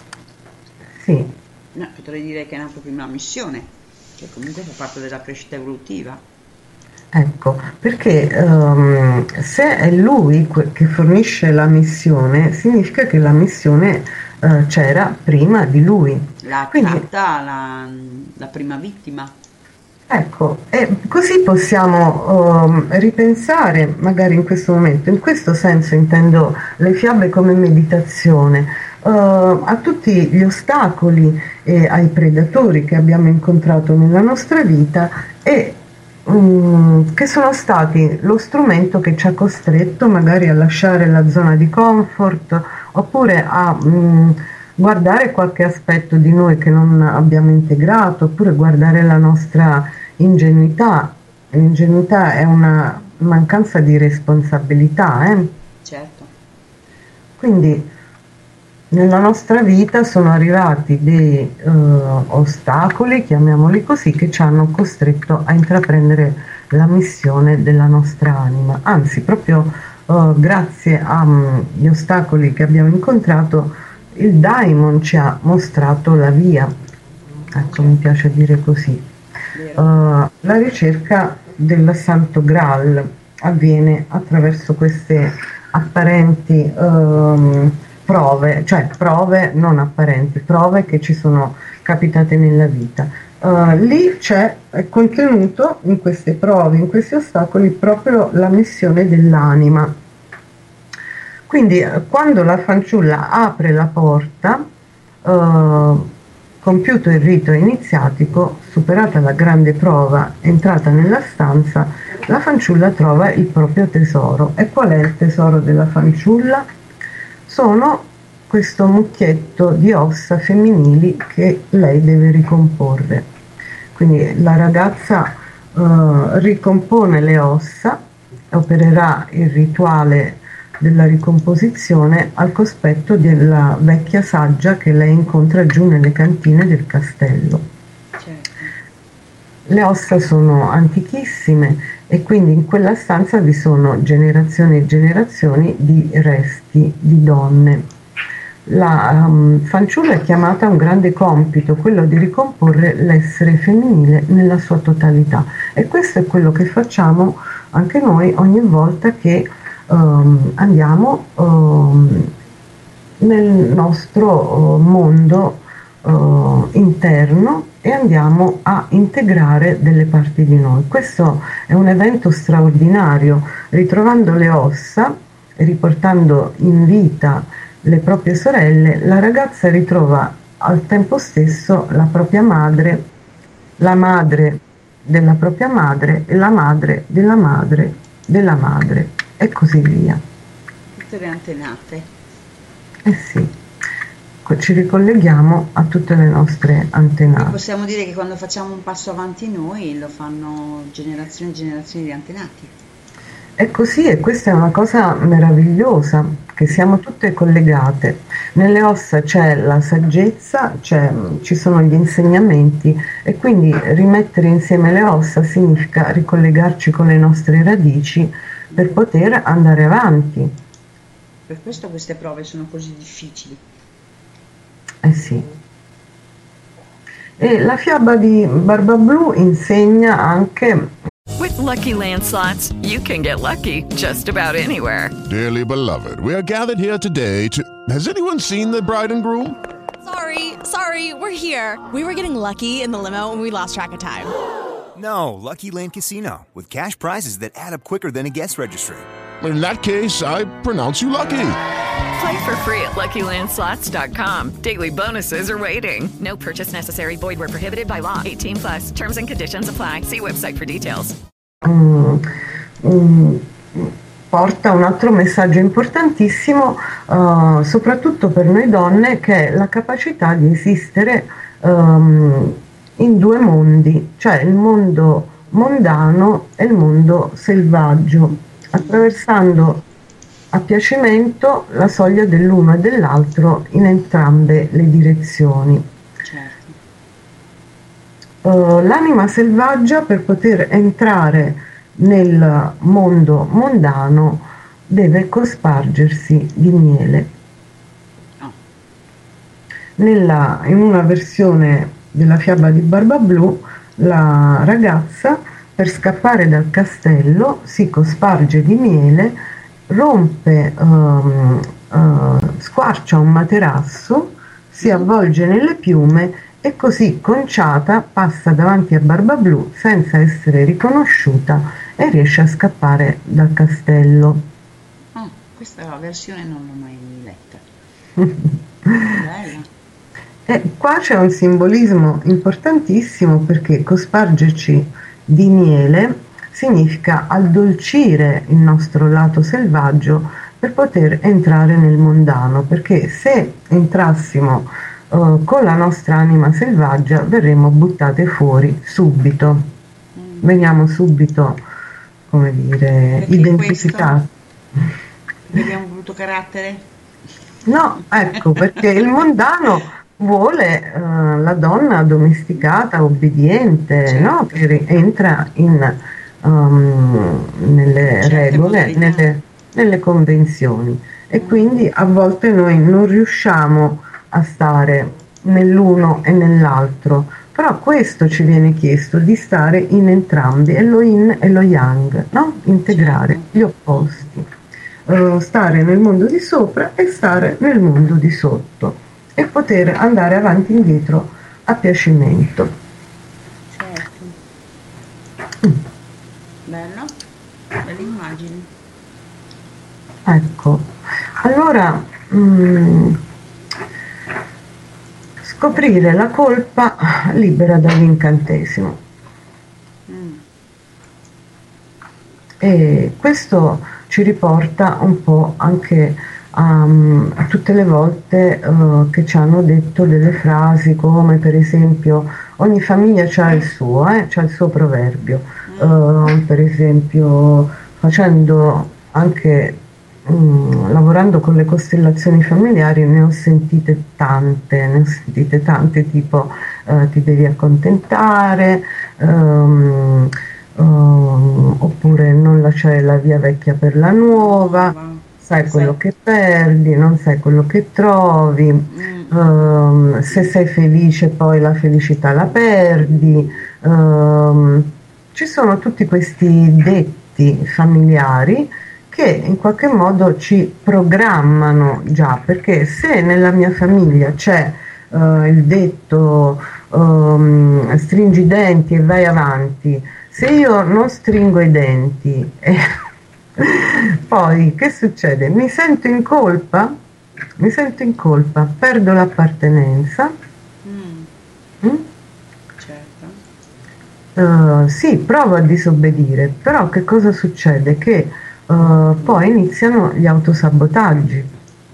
Sì. No, potrei dire che è nato prima la missione, che comunque fa parte della crescita evolutiva. Ecco, perché um, se è lui que- che fornisce la missione, significa che la missione uh, c'era prima di lui. L'ha Quindi, attratta la, la prima vittima. Ecco, e così possiamo um, ripensare magari in questo momento, in questo senso intendo le fiabe come meditazione, Uh, a tutti gli ostacoli e ai predatori che abbiamo incontrato nella nostra vita e um, che sono stati lo strumento che ci ha costretto magari a lasciare la zona di comfort oppure a um, guardare qualche aspetto di noi che non abbiamo integrato, oppure guardare la nostra ingenuità. L'ingenuità è una mancanza di responsabilità, eh? Certo. Quindi nella nostra vita sono arrivati dei uh, ostacoli, chiamiamoli così, che ci hanno costretto a intraprendere la missione della nostra anima. Anzi, proprio uh, grazie agli um, ostacoli che abbiamo incontrato, il Daimon ci ha mostrato la via. Ecco, mi piace dire così. Uh, la ricerca del Santo Graal avviene attraverso queste apparenti um, prove, cioè prove non apparenti, prove che ci sono capitate nella vita. Uh, lì c'è è contenuto in queste prove, in questi ostacoli, proprio la missione dell'anima. Quindi quando la fanciulla apre la porta, uh, compiuto il rito iniziatico, superata la grande prova, entrata nella stanza, la fanciulla trova il proprio tesoro. E qual è il tesoro della fanciulla? Sono questo mucchietto di ossa femminili che lei deve ricomporre. Quindi la ragazza uh, ricompone le ossa, opererà il rituale della ricomposizione al cospetto della vecchia saggia che lei incontra giù nelle cantine del castello. Certo. Le ossa sono antichissime e quindi in quella stanza vi sono generazioni e generazioni di resti di donne. la um, fanciulla è chiamata a un grande compito, quello di ricomporre l'essere femminile nella sua totalità, e questo è quello che facciamo anche noi ogni volta che um, andiamo um, nel nostro uh, mondo uh, interno e andiamo a integrare delle parti di noi. Questo è un evento straordinario. Ritrovando le ossa e riportando in vita le proprie sorelle, la ragazza ritrova al tempo stesso la propria madre, la madre della propria madre e la madre della madre della madre, e così via. Tutte le antenate. Eh sì, ci ricolleghiamo a tutte le nostre antenate. E possiamo dire che quando facciamo un passo avanti noi lo fanno generazioni e generazioni di antenati. È così, e questa è una cosa meravigliosa, che siamo tutte collegate. Nelle ossa c'è la saggezza, c'è, ci sono gli insegnamenti, e quindi rimettere insieme le ossa significa ricollegarci con le nostre radici per poter andare avanti. Per questo queste prove sono così difficili. Eh sì. E la fiaba di Barbablù insegna anche... With Lucky Land Slots, you can get lucky just about anywhere. Dearly beloved, we are gathered here today to... Has anyone seen the bride and groom? Sorry, sorry, we're here. We were getting lucky in the limo and we lost track of time. No, Lucky Land Casino, with cash prizes that add up quicker than a guest registry. In that case, I pronounce you lucky. Play for free at Lucky Land Slots dot com. Daily bonuses are waiting. No purchase necessary. Void where prohibited by law. eighteen plus. Terms and conditions apply. See website for details. Mm, mm, porta un altro messaggio importantissimo, uh, soprattutto per noi donne, che è la capacità di esistere um, in due mondi, cioè il mondo mondano e il mondo selvaggio, attraversando a piacimento la soglia dell'uno e dell'altro in entrambe le direzioni. Certo. Uh, l'anima selvaggia, per poter entrare nel mondo mondano, deve cospargersi di miele. Oh. Nella, in una versione della fiaba di Barbablù, la ragazza, per scappare dal castello, si cosparge di miele, rompe, um, uh, squarcia un materasso, si avvolge nelle piume e così, conciata, passa davanti a Barbablù senza essere riconosciuta e riesce a scappare dal castello. Oh, questa versione non l'ho mai letta. Bella. E qua c'è un simbolismo importantissimo, perché cospargerci di miele significa addolcire il nostro lato selvaggio per poter entrare nel mondano, perché se entrassimo uh, con la nostra anima selvaggia verremo buttate fuori subito, mm. veniamo subito, come dire, perché identificati. Perché abbiamo un brutto carattere? No, ecco, perché il mondano vuole uh, la donna domesticata, obbediente, certo. no? Che entra in, um, nelle Certe regole, nelle, nelle convenzioni, e mm. quindi a volte noi non riusciamo a stare nell'uno e nell'altro, però questo ci viene chiesto, di stare in entrambi, è lo yin e lo yang, no? Integrare certo. gli opposti, uh, stare nel mondo di sopra e stare nel mondo di sotto, e poter andare avanti e indietro a piacimento. Certo. Mm. Bello, belle immagini. Ecco, allora mm, scoprire la colpa libera dall'incantesimo. Mm. E questo ci riporta un po' anche a, a tutte le volte uh, che ci hanno detto delle frasi come, per esempio, ogni famiglia c'ha il suo, eh, c'ha il suo proverbio, uh, per esempio facendo anche um, lavorando con le costellazioni familiari ne ho sentite tante, ne ho sentite tante tipo uh, ti devi accontentare, um, um, oppure non lasciare la via vecchia per la nuova, sai quello che perdi, non sai quello che trovi, mm. um, se sei felice poi la felicità la perdi, um, ci sono tutti questi detti familiari che in qualche modo ci programmano già, perché se nella mia famiglia c'è uh, il detto um, stringi i denti e vai avanti, se io non stringo i denti e poi che succede? Mi sento in colpa, mi sento in colpa, perdo l'appartenenza. Mm. Mm? Certo. Uh, sì, provo a disobbedire, però che cosa succede? Che uh, poi iniziano gli autosabotaggi.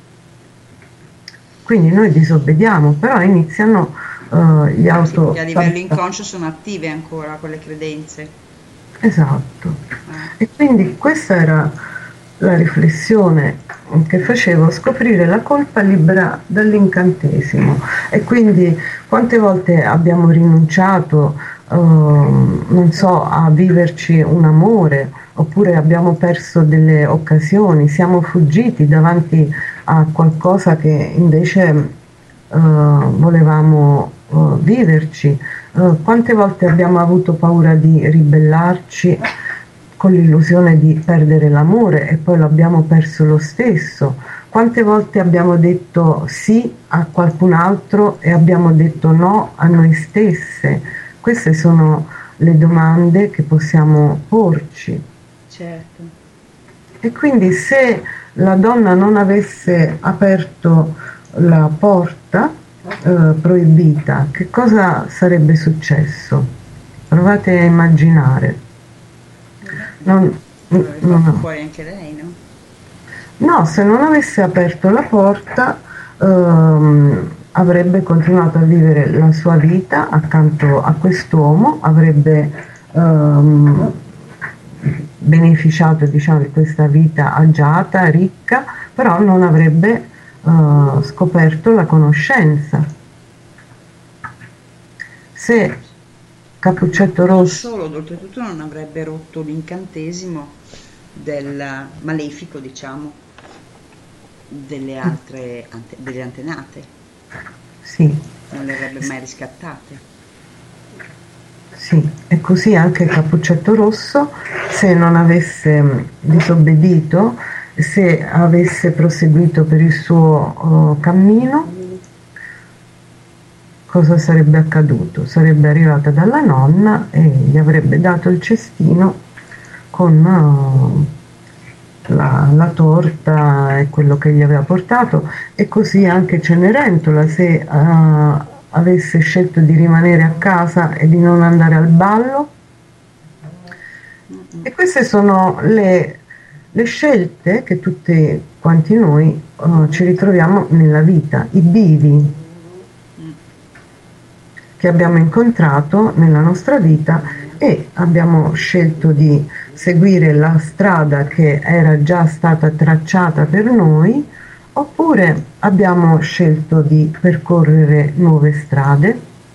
Quindi noi disobbediamo, però iniziano uh, gli autosabotaggi. Sì, a livello inconscio sono attive ancora quelle credenze. Esatto, e quindi questa era la riflessione che facevo, scoprire la colpa libera dall'incantesimo. E quindi quante volte abbiamo rinunciato, uh, non so, a viverci un amore, oppure abbiamo perso delle occasioni, siamo fuggiti davanti a qualcosa che invece uh, volevamo uh, viverci. Uh, quante volte abbiamo avuto paura di ribellarci con l'illusione di perdere l'amore e poi l'abbiamo perso lo stesso? Quante volte abbiamo detto sì a qualcun altro e abbiamo detto no a noi stesse? Queste sono le domande che possiamo porci. Certo. E quindi se la donna non avesse aperto la porta Uh, proibita, che cosa sarebbe successo? Provate a immaginare. Non, non fuori anche lei, no? No, se non avesse aperto la porta um, avrebbe continuato a vivere la sua vita accanto a quest'uomo, avrebbe um, beneficiato, diciamo, di questa vita agiata, ricca, però non avrebbe Uh, scoperto la conoscenza. Se Cappuccetto Rosso non solo, oltretutto non avrebbe rotto l'incantesimo del malefico, diciamo, delle altre ante, delle antenate. Sì. Non le avrebbe mai riscattate. Sì, e così anche Cappuccetto Rosso, se non avesse disobbedito, se avesse proseguito per il suo uh, cammino, cosa sarebbe accaduto? Sarebbe arrivata dalla nonna e gli avrebbe dato il cestino con uh, la, la torta e quello che gli aveva portato, e così anche Cenerentola, se uh, avesse scelto di rimanere a casa e di non andare al ballo. E queste sono le Le scelte che tutti quanti noi uh, ci ritroviamo nella vita, i bivi che abbiamo incontrato nella nostra vita, e abbiamo scelto di seguire la strada che era già stata tracciata per noi, oppure abbiamo scelto di percorrere nuove strade.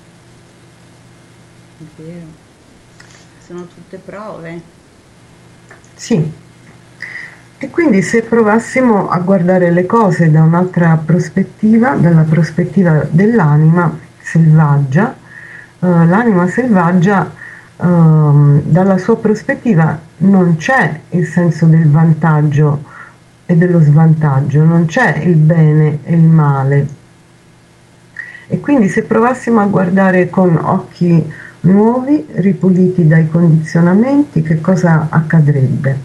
È vero. Sono tutte prove. Sì. E quindi se provassimo a guardare le cose da un'altra prospettiva, dalla prospettiva dell'anima selvaggia, eh, l'anima selvaggia, eh, dalla sua prospettiva non c'è il senso del vantaggio e dello svantaggio, non c'è il bene e il male. E quindi se provassimo a guardare con occhi nuovi, ripuliti dai condizionamenti, che cosa accadrebbe?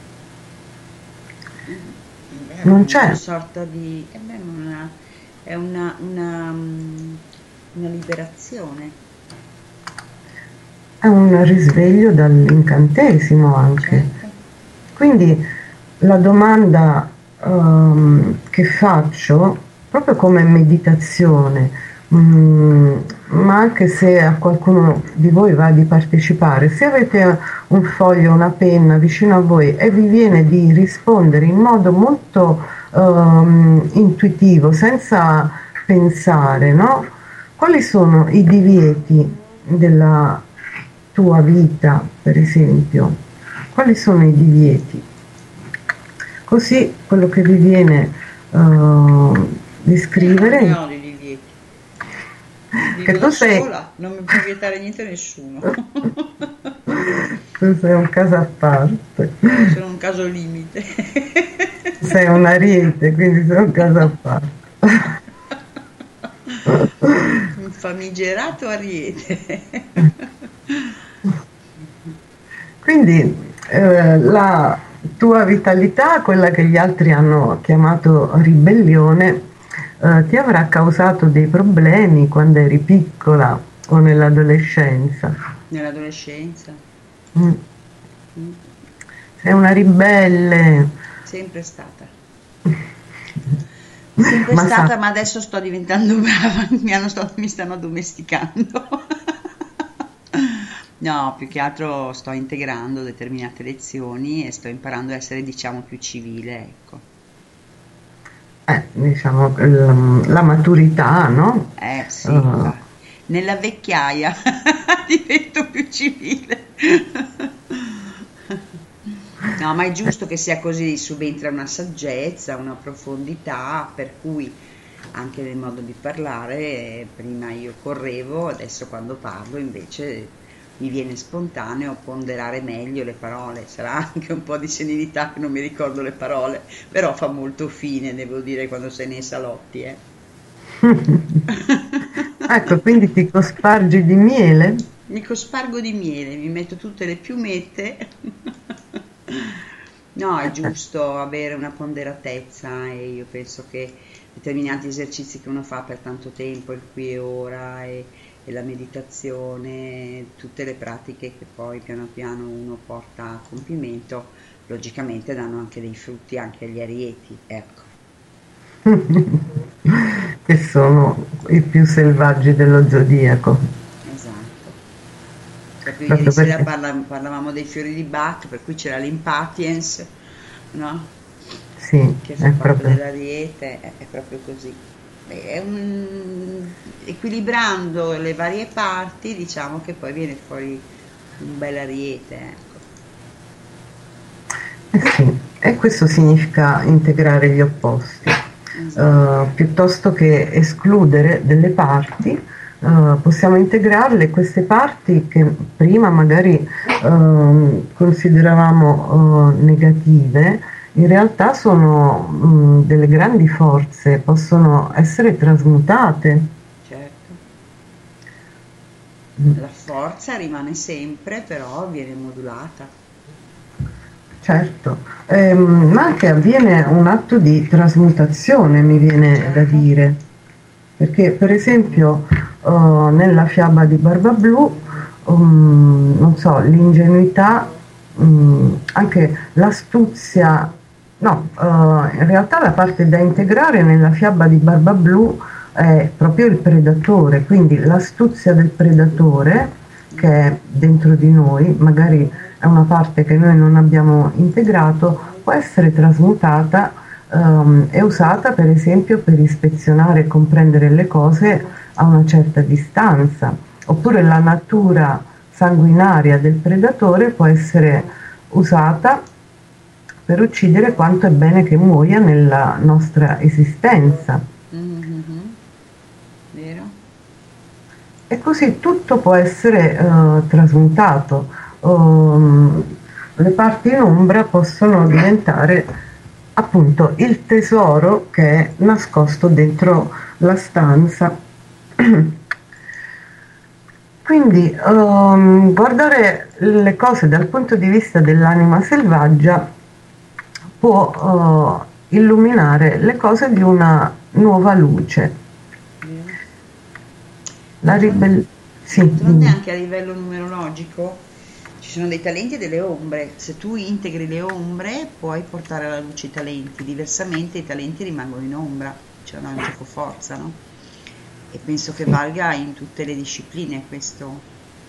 Non c'è una sorta di eh beh, una, è una, una, una liberazione, è un risveglio dall'incantesimo anche. Certo. Quindi la domanda um, che faccio, proprio come meditazione, um, ma anche se a qualcuno di voi va di partecipare, se avete un foglio, una penna vicino a voi e vi viene di rispondere in modo molto um, intuitivo, senza pensare, no? Quali sono i divieti della tua vita, per esempio? Quali sono i divieti? così quello che vi viene uh, di scrivere. No, di divieti. Che tu sei sola, non mi può vietare niente a nessuno. Tu sei un caso a parte. Sono un caso limite. Sei un ariete, quindi sei un caso a parte. Un famigerato ariete. Quindi eh, la tua vitalità, quella che gli altri hanno chiamato ribellione, eh, ti avrà causato dei problemi quando eri piccola o nell'adolescenza. Nell'adolescenza. Mm. Mm. Sei una ribelle. Sempre stata. Sempre ma stata, sa- ma adesso sto diventando brava, mi, hanno sto- mi stanno addomesticando. No, più che altro sto integrando determinate lezioni e sto imparando a essere, diciamo, più civile, ecco. Eh, diciamo, la, la maturità, no? Eh sì, Uh, nella vecchiaia divento più civile. No, ma è giusto che sia così, subentra una saggezza, una profondità, per cui anche nel modo di parlare, eh, prima io correvo, adesso quando parlo invece mi viene spontaneo ponderare meglio le parole. Sarà anche un po' di senilità che non mi ricordo le parole, però fa molto fine, devo dire, quando sei nei salotti, eh. Ecco, quindi ti cospargi di miele? Mi cospargo di miele, mi metto tutte le piumette. No, è giusto avere una ponderatezza e io penso che determinati esercizi che uno fa per tanto tempo, il qui e ora e, e la meditazione, tutte le pratiche che poi piano piano uno porta a compimento, logicamente danno anche dei frutti anche agli arieti, ecco. Che sono i più selvaggi dello zodiaco. Esatto. Proprio Proprio ieri sera perché- parla- parlavamo dei fiori di Bach, per cui c'era l'impatience, no? Sì, Che è fa parte proprio. dell'ariete, è, è proprio così. È un, equilibrando le varie parti, diciamo che poi viene fuori un bel ariete, ecco. Eh sì, e questo significa integrare gli opposti. Esatto. Uh, piuttosto che escludere delle parti, uh, possiamo integrarle, queste parti che prima magari uh, consideravamo uh, negative, in realtà sono mh, delle grandi forze, possono essere trasmutate. Certo. La forza rimane sempre, però viene modulata. Certo, ehm, ma anche avviene un atto di trasmutazione, mi viene da dire, perché per esempio eh, nella fiaba di Barbablù, um, non so, l'ingenuità, um, anche l'astuzia, no, eh, in realtà la parte da integrare nella fiaba di Barbablù è proprio il predatore, quindi l'astuzia del predatore che è dentro di noi, magari è una parte che noi non abbiamo integrato, può essere trasmutata um, e usata per esempio per ispezionare e comprendere le cose a una certa distanza, oppure la natura sanguinaria del predatore può essere usata per uccidere quanto è bene che muoia nella nostra esistenza. Mm-hmm. Vero? E così tutto può essere uh, trasmutato. Um, le parti in ombra possono diventare appunto il tesoro che è nascosto dentro la stanza. Quindi um, guardare le cose dal punto di vista dell'anima selvaggia può uh, illuminare le cose di una nuova luce. La ribellione. Sì, D'altronde anche a livello numerologico ci sono dei talenti e delle ombre. Se tu integri le ombre puoi portare alla luce i talenti, diversamente i talenti rimangono in ombra, cioè non gioco forza, no? E penso che valga in tutte le discipline questo.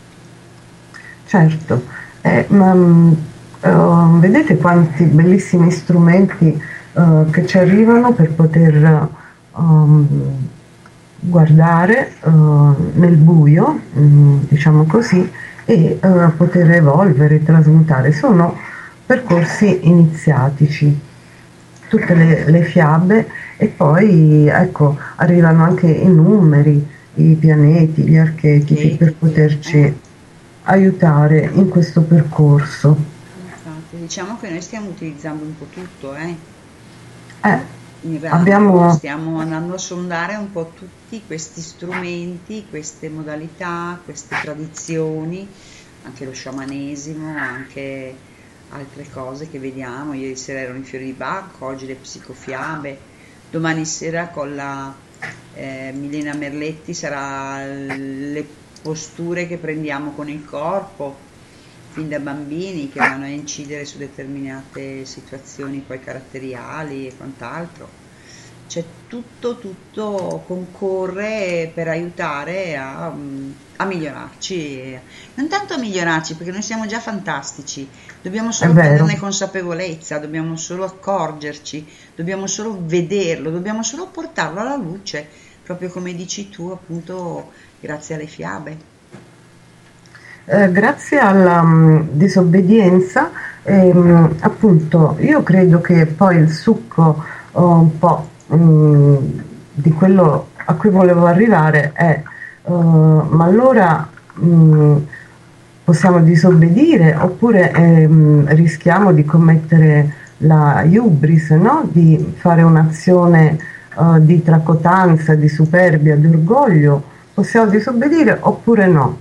certo, eh, ma mh, uh, vedete quanti bellissimi strumenti uh, che ci arrivano per poter um, guardare uh, nel buio, mh, diciamo così, e uh, poter evolvere, trasmutare. Sono percorsi iniziatici. tutte le, le fiabe, e poi ecco arrivano anche i numeri, i pianeti, gli archetipi, per poterci aiutare in questo percorso. Infatti, diciamo che noi stiamo utilizzando un po' tutto, eh? Eh, In realtà abbiamo stiamo andando a sondare un po' tutti questi strumenti, queste modalità, queste tradizioni, anche lo sciamanesimo, anche altre cose che vediamo. Ieri sera erano i fiori di Bach, oggi le psicofiabe, domani sera con la eh, Milena Merletti sarà le posture che prendiamo con il corpo fin da bambini, che vanno a incidere su determinate situazioni poi caratteriali e quant'altro. Cioè tutto, tutto concorre per aiutare a, a migliorarci, non tanto a migliorarci perché noi siamo già fantastici, dobbiamo solo prenderne consapevolezza, dobbiamo solo accorgerci, dobbiamo solo vederlo, dobbiamo solo portarlo alla luce, proprio come dici tu, appunto, grazie alle fiabe. Eh, grazie alla mh, disobbedienza, ehm, appunto, io credo che poi il succo uh, un po' mh, di quello a cui volevo arrivare è, uh, ma allora mh, possiamo disobbedire oppure ehm, rischiamo di commettere la hubris, no? Di fare un'azione uh, di tracotanza, di superbia, di orgoglio. Possiamo disobbedire oppure no?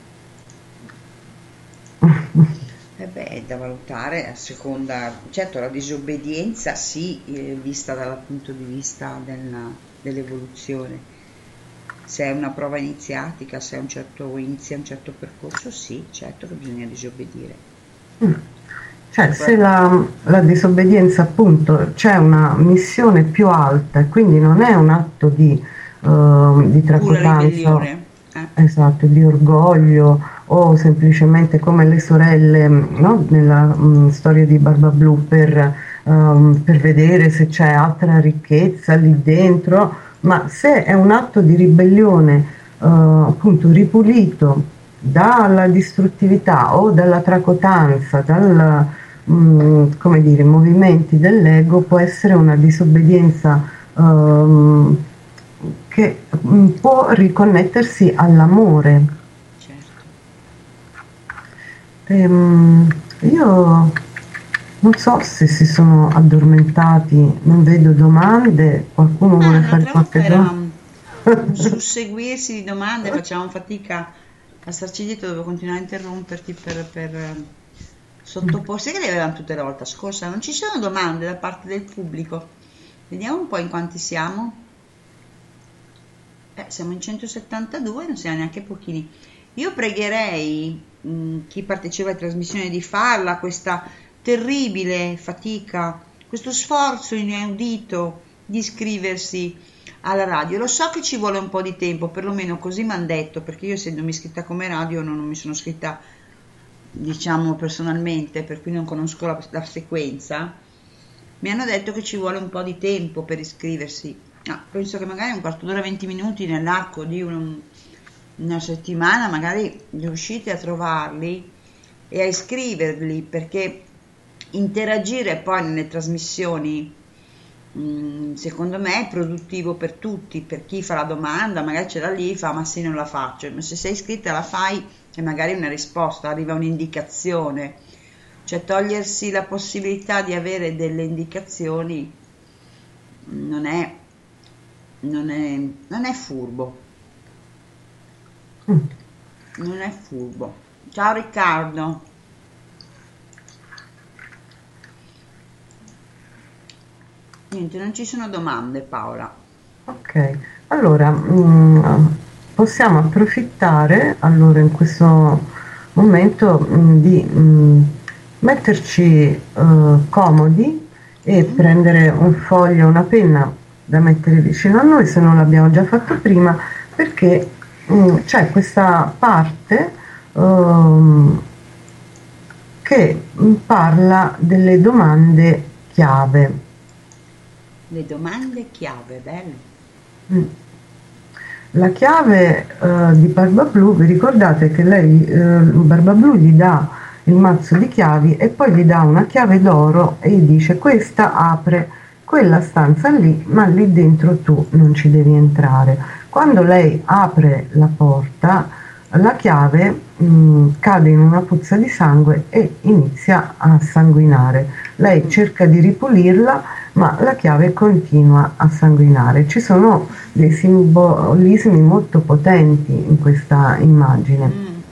Eh beh, è da valutare a seconda, certo la disobbedienza sì, eh, vista dal punto di vista della, dell'evoluzione, se è una prova iniziatica, se è un certo, inizia un certo percorso, sì, certo che bisogna disobbedire. Mm. Cioè se la, la disobbedienza, appunto, c'è una missione più alta e quindi non è un atto di, uh, di tracotanza, eh. esatto, di orgoglio, o semplicemente come le sorelle, no? Nella mh, storia di Barbablù, per, um, per vedere se c'è altra ricchezza lì dentro, ma se è un atto di ribellione uh, appunto ripulito dalla distruttività o dalla tracotanza, dal, mh, come dire, movimenti dell'ego, può essere una disobbedienza um, che mh, può riconnettersi all'amore. Ehm, io non so se si sono addormentati, non vedo domande, qualcuno ah, vuole fare qualche domanda? Un susseguirsi di domande, facciamo fatica a starci dietro, devo continuare a interromperti per, per sottoporsi, che le avevamo tutte la volta scorsa, non ci sono domande da parte del pubblico, vediamo un po' in quanti siamo. Eh, siamo in centosettantadue, non siamo neanche pochini. Io pregherei mh, chi partecipa alle trasmissioni di farla questa terribile fatica, questo sforzo inaudito di iscriversi alla radio. Lo so che ci vuole un po' di tempo, perlomeno così mi hanno detto, perché io essendomi iscritta come radio non, non mi sono iscritta, diciamo, personalmente, per cui non conosco la, la sequenza. Mi hanno detto che ci vuole un po' di tempo per iscriversi. Ah, penso che magari un quarto d'ora, venti minuti nell'arco di un una settimana magari riuscite a trovarli e a iscriverli, perché interagire poi nelle trasmissioni mh, secondo me è produttivo per tutti, per chi fa la domanda magari ce l'ha lì, fa ma sì non la faccio, ma se sei iscritta la fai e magari una risposta, arriva un'indicazione, cioè togliersi la possibilità di avere delle indicazioni non è non è, non è furbo. Non è furbo. Ciao Riccardo. Niente, non ci sono domande, Paola. Ok, allora mh, possiamo approfittare allora in questo momento mh, di mh, metterci uh, comodi e mm. prendere un foglio, una penna da mettere vicino a noi, se non l'abbiamo già fatto prima, perché Mm, c'è questa parte um, che parla delle domande chiave. Le domande chiave, bello. Mm. La chiave uh, di Barbablù, vi ricordate che lei, uh, Barbablù gli dà il mazzo di chiavi e poi gli dà una chiave d'oro e gli dice questa apre quella stanza lì, ma lì dentro tu non ci devi entrare. Quando lei apre la porta, la chiave mh, cade in una puzza di sangue e inizia a sanguinare. Lei cerca di ripulirla, ma la chiave continua a sanguinare. Ci sono dei simbolismi molto potenti in questa immagine.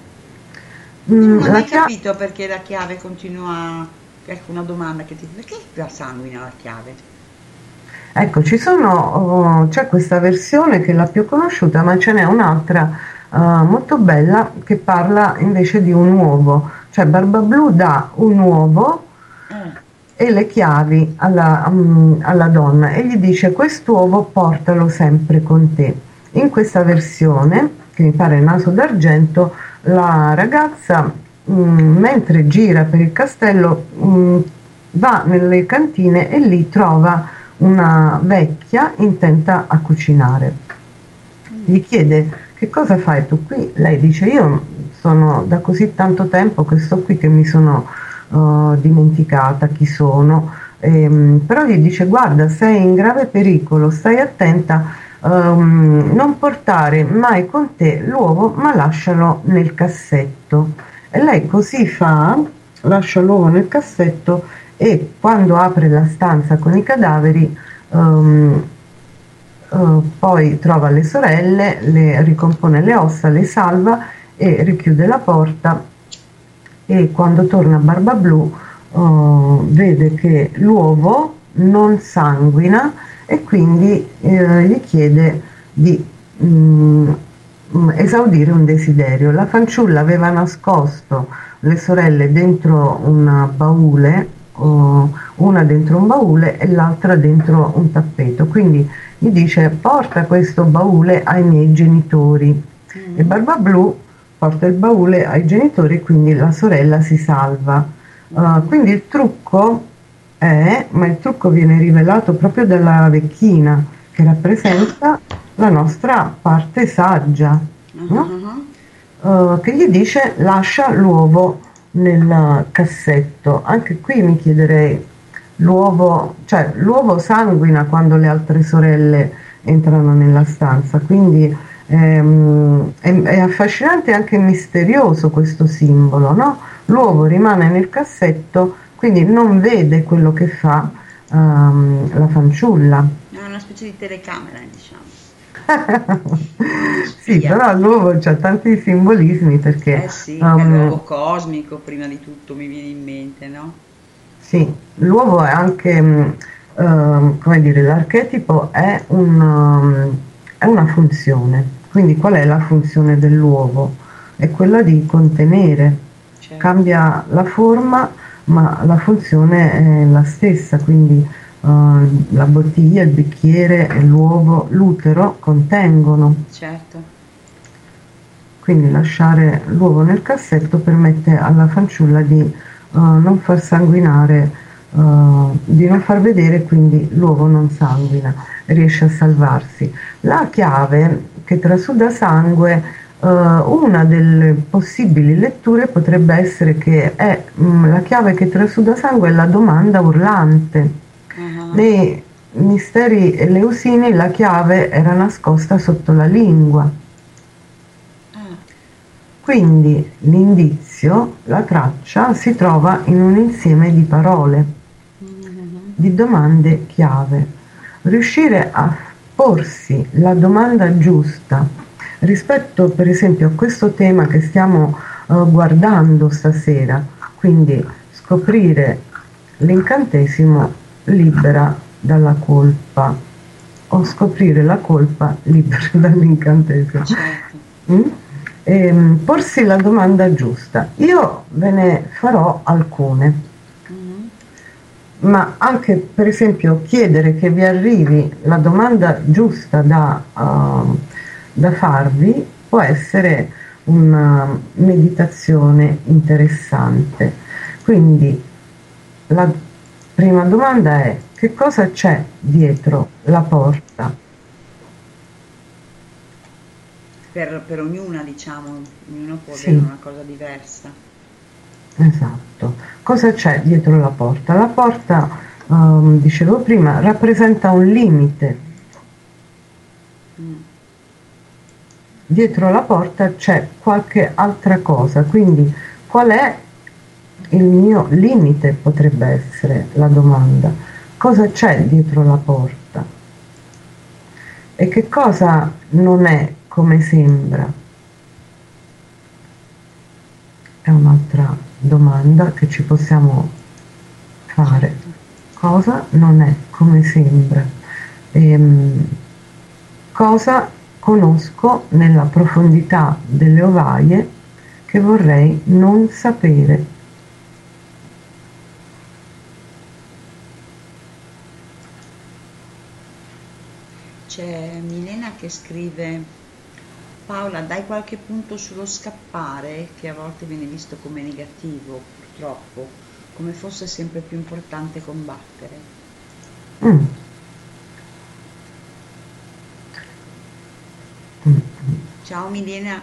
Mm. Non ho mai chia- capito perché la chiave continua. Ecco una domanda che ti perché la sanguina la chiave? Ecco, ci sono, oh, c'è questa versione che è la più conosciuta, ma ce n'è un'altra uh, molto bella che parla invece di un uovo. Cioè Barbablù dà un uovo e le chiavi alla, um, alla donna e gli dice: quest'uovo portalo sempre con te. In questa versione, che mi pare Naso d'argento, la ragazza um, mentre gira per il castello um, va nelle cantine e lì trova una vecchia intenta a cucinare. Gli chiede: che cosa fai tu qui? Lei dice: io sono da così tanto tempo che sto qui che mi sono Uh, dimenticata chi sono, ehm, però gli dice: guarda, sei in grave pericolo, stai attenta, um, non portare mai con te l'uovo, ma lascialo nel cassetto. E lei così fa, lascia l'uovo nel cassetto e quando apre la stanza con i cadaveri um, uh, poi trova le sorelle, le ricompone le ossa, le salva e richiude la porta. E quando torna Barbablù uh, vede che l'uovo non sanguina e quindi uh, gli chiede di um, esaudire un desiderio. La fanciulla aveva nascosto le sorelle dentro un baule, uh, una dentro un baule e l'altra dentro un tappeto, quindi gli dice: porta questo baule ai miei genitori. Mm. E Barbablù porta il baule ai genitori, quindi la sorella si salva. Uh, quindi il trucco è, ma il trucco viene rivelato proprio dalla vecchina, che rappresenta la nostra parte saggia, no? Uh, che gli dice: lascia l'uovo nel cassetto. Anche qui mi chiederei, l'uovo, cioè l'uovo sanguina quando le altre sorelle entrano nella stanza, quindi Ehm, è, è affascinante e anche misterioso questo simbolo, no? L'uovo rimane nel cassetto, quindi non vede quello che fa um, la fanciulla. È una specie di telecamera, diciamo. Sì, però l'uovo ha tanti simbolismi perché eh sì, um, è l'uovo cosmico prima di tutto, mi viene in mente, no? Sì, l'uovo è anche um, come dire, l'archetipo è un um, è una funzione. Quindi qual è la funzione dell'uovo? È quella di contenere, certo. Cambia la forma ma la funzione è la stessa, quindi uh, la bottiglia, il bicchiere e l'uovo, l'utero contengono. Certo. Quindi lasciare l'uovo nel cassetto permette alla fanciulla di uh, non far sanguinare, uh, di non far vedere, quindi l'uovo non sanguina, riesce a salvarsi. La chiave che trasuda sangue, uh, una delle possibili letture potrebbe essere che è mh, la chiave che trasuda sangue è la domanda urlante. Uh-huh. Nei misteri eleusini la chiave era nascosta sotto la lingua. Uh. Quindi l'indizio, la traccia, si trova in un insieme di parole, uh-huh. di domande chiave. Riuscire a porsi la domanda giusta rispetto per esempio a questo tema che stiamo uh, guardando stasera, quindi scoprire l'incantesimo libera dalla colpa o scoprire la colpa libera dall'incantesimo. Certo. Mm? E, porsi la domanda giusta. Io ve ne farò alcune. Ma anche per esempio chiedere che vi arrivi la domanda giusta da, uh, da farvi può essere una meditazione interessante. Quindi la prima domanda è: che cosa c'è dietro la porta? Per, per ognuna, diciamo, ognuno può sì. avere una cosa diversa. Esatto. Cosa c'è dietro la porta? La porta um, dicevo prima, rappresenta un limite. Mm. Dietro la porta c'è qualche altra cosa, quindi qual è il mio limite, potrebbe essere la domanda. Cosa c'è dietro la porta? E che cosa non è come sembra? È un'altra domanda che ci possiamo fare. Cosa non è come sembra? Ehm, cosa conosco nella profondità delle ovaie che vorrei non sapere? C'è Milena che scrive: Paola, dai qualche punto sullo scappare, che a volte viene visto come negativo, purtroppo, come fosse sempre più importante combattere. Mm. Mm. Ciao Milena.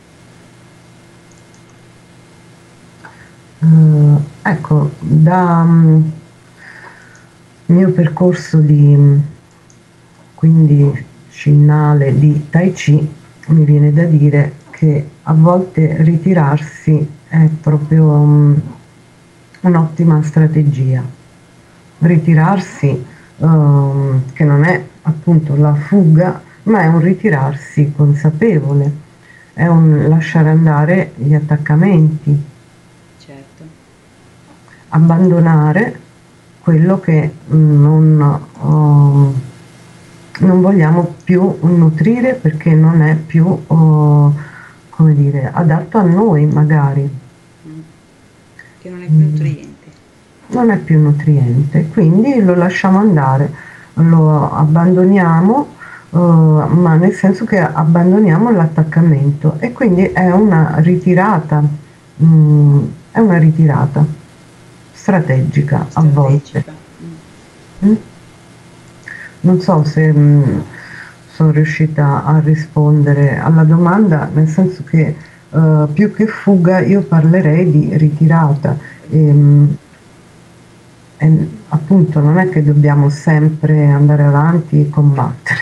Uh, ecco, da um, mio percorso di quindi cinnale di Tai Chi, mi viene da dire che a volte ritirarsi è proprio um, un'ottima strategia. Ritirarsi um, che non è appunto la fuga, ma è un ritirarsi consapevole, è un lasciare andare gli attaccamenti, Certo. abbandonare quello che non, um, non vogliamo più nutrire perché non è più uh, come dire, adatto a noi magari. Mm. Che non è più nutriente. Non è più nutriente, quindi lo lasciamo andare, lo abbandoniamo, uh, ma nel senso che abbandoniamo l'attaccamento e quindi è una ritirata, mm, è una ritirata strategica, Strategica. a volte. Mm. Mm? Non so se mh, sono riuscita a rispondere alla domanda, nel senso che uh, più che fuga io parlerei di ritirata. E, mh, e, appunto non è che dobbiamo sempre andare avanti e combattere.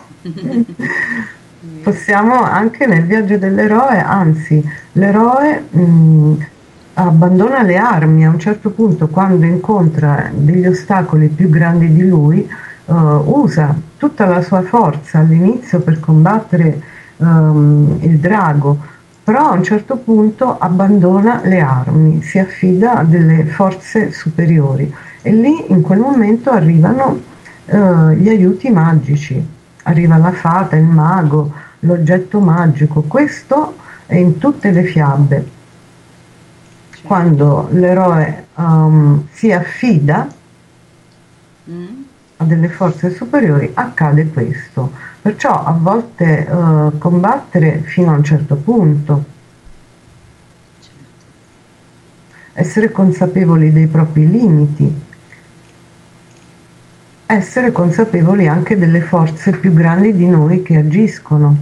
Possiamo anche nel viaggio dell'eroe, anzi l'eroe mh, abbandona le armi a un certo punto quando incontra degli ostacoli più grandi di lui. Uh, usa tutta la sua forza all'inizio per combattere um, il drago, però a un certo punto abbandona le armi, si affida a delle forze superiori e lì in quel momento arrivano uh, gli aiuti magici, arriva la fata, il mago, l'oggetto magico. Questo è in tutte le fiabe. Quando l'eroe um, si affida Mm. a delle forze superiori accade questo, perciò a volte uh, combattere fino a un certo punto, essere consapevoli dei propri limiti, essere consapevoli anche delle forze più grandi di noi che agiscono.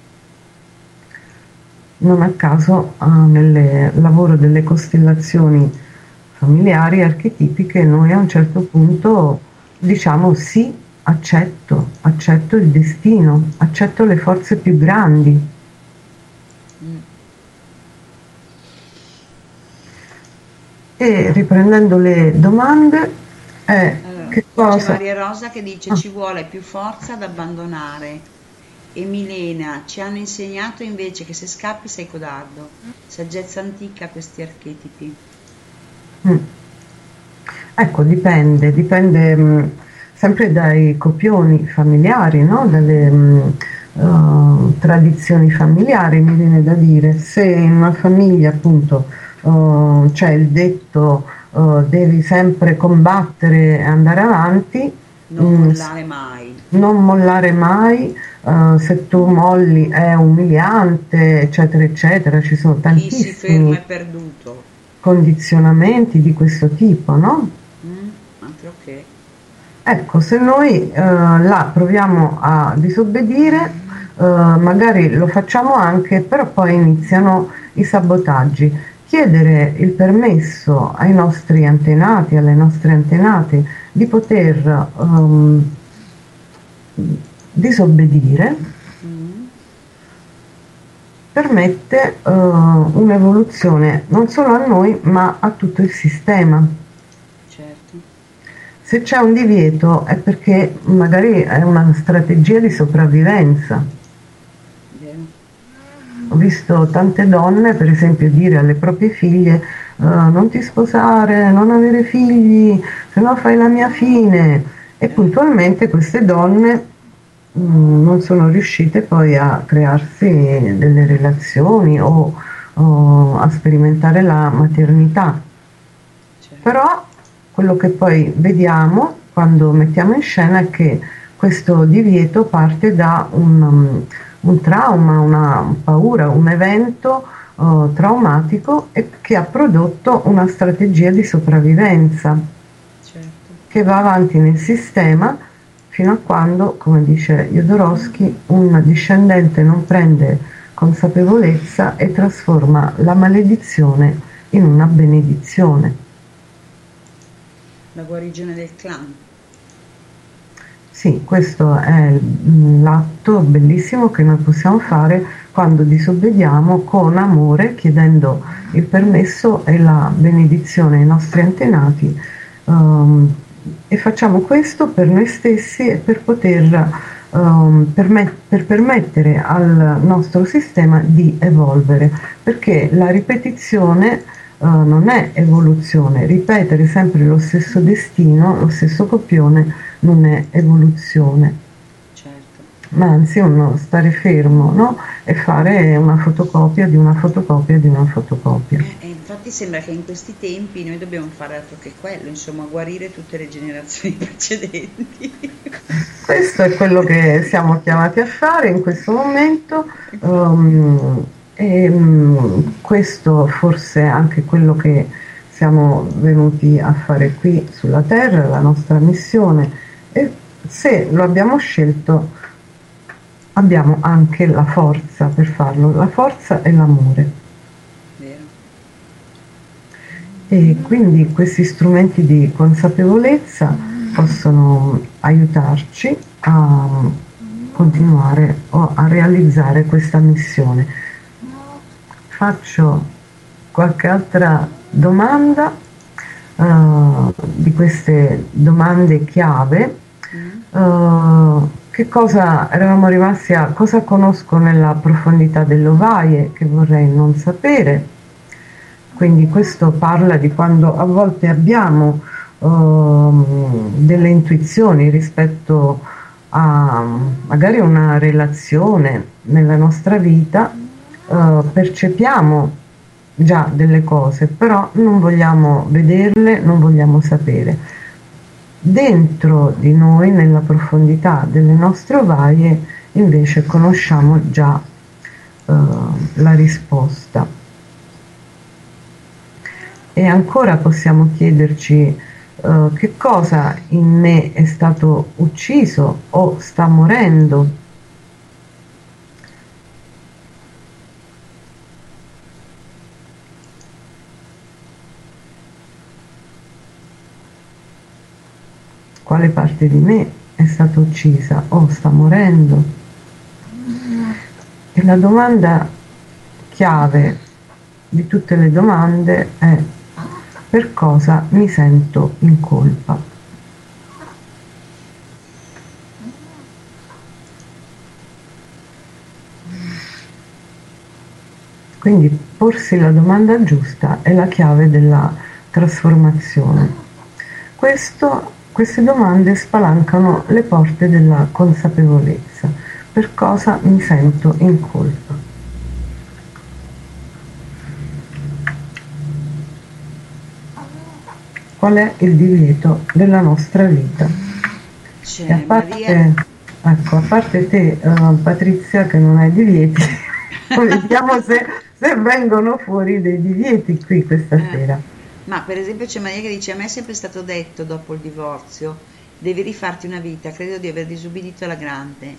Non a caso uh, nel lavoro delle costellazioni familiari archetipiche noi a un certo punto diciamo sì, accetto, accetto il destino, accetto le forze più grandi. Mm. E riprendendo le domande, è Allora, che c'è cosa... Maria Rosa che dice Ah. ci vuole più forza ad abbandonare. E Milena, ci hanno insegnato invece che se scappi sei codardo. Saggezza antica questi archetipi. Mm. Ecco, dipende, dipende mh, sempre dai copioni familiari, no? Dalle mh, uh, tradizioni familiari, mi viene da dire. Se in una famiglia appunto uh, c'è il detto uh, devi sempre combattere e andare avanti, Non mh, mollare mai. non mollare mai, uh, se tu molli è umiliante, eccetera, eccetera, ci sono Chi si ferma tantissimi è perduto. condizionamenti di questo tipo, no? Mm? Altro che. Ecco, se noi eh, là proviamo a disobbedire, eh, magari lo facciamo anche, però poi iniziano i sabotaggi. Chiedere il permesso ai nostri antenati, alle nostre antenate di poter um, disobbedire Mm. permette uh, un'evoluzione non solo a noi ma a tutto il sistema. Certo. Se c'è un divieto è perché magari è una strategia di sopravvivenza. Vero. Ho visto tante donne, per esempio, dire alle proprie figlie uh, non ti sposare, non avere figli, se no fai la mia fine. E puntualmente queste donne mh, non sono riuscite poi a crearsi delle relazioni o, o a sperimentare la maternità. Certo. Però quello che poi vediamo quando mettiamo in scena è che questo divieto parte da un, um, un trauma, una paura, un evento uh, traumatico e che ha prodotto una strategia di sopravvivenza Certo. che va avanti nel sistema fino a quando, come dice Jodorowsky, un discendente non prende consapevolezza e trasforma la maledizione in una benedizione. La guarigione del clan. Sì, questo è l'atto bellissimo che noi possiamo fare quando disobbediamo con amore, chiedendo il permesso e la benedizione ai nostri antenati, um, e facciamo questo per noi stessi e per poter um, permet- per permettere al nostro sistema di evolvere, perché la ripetizione uh, non è evoluzione, ripetere sempre lo stesso destino, lo stesso copione non è evoluzione, Certo. ma anzi uno stare fermo, no? E fare una fotocopia di una fotocopia di una fotocopia. E infatti sembra che in questi tempi noi dobbiamo fare altro che quello, insomma, guarire tutte le generazioni precedenti. Questo è quello che siamo chiamati a fare in questo momento, um, e um, questo forse è anche quello che siamo venuti a fare qui sulla Terra, la nostra missione, e se lo abbiamo scelto abbiamo anche la forza per farlo, la forza e l'amore. Vero. E quindi questi strumenti di consapevolezza possono aiutarci a continuare o a realizzare questa missione. Faccio qualche altra domanda uh, di queste domande chiave. Uh, che cosa eravamo rimasti a cosa conosco nella profondità dell'Ovaie che vorrei non sapere, quindi questo parla di quando a volte abbiamo uh, delle intuizioni rispetto a magari una relazione nella nostra vita, uh, percepiamo già delle cose però non vogliamo vederle, non vogliamo sapere. Dentro di noi, nella profondità delle nostre ovaie, invece conosciamo già uh, la risposta. E ancora possiamo chiederci uh, che cosa in me è stato ucciso o sta morendo. Quale parte di me è stata uccisa o sta morendo? E la domanda chiave di tutte le domande è: per cosa mi sento in colpa? Quindi porsi la domanda giusta è la chiave della trasformazione. Questo Queste domande spalancano le porte della consapevolezza. Per cosa mi sento in colpa? Qual è il divieto della nostra vita? C'è E a parte, Maria. ecco, a parte te, uh, Patrizia, che non hai divieti, vediamo se, se vengono fuori dei divieti qui questa Eh. sera. Ma per esempio c'è Maria che dice: a me è sempre stato detto dopo il divorzio devi rifarti una vita, credo di aver disubbidito alla grande.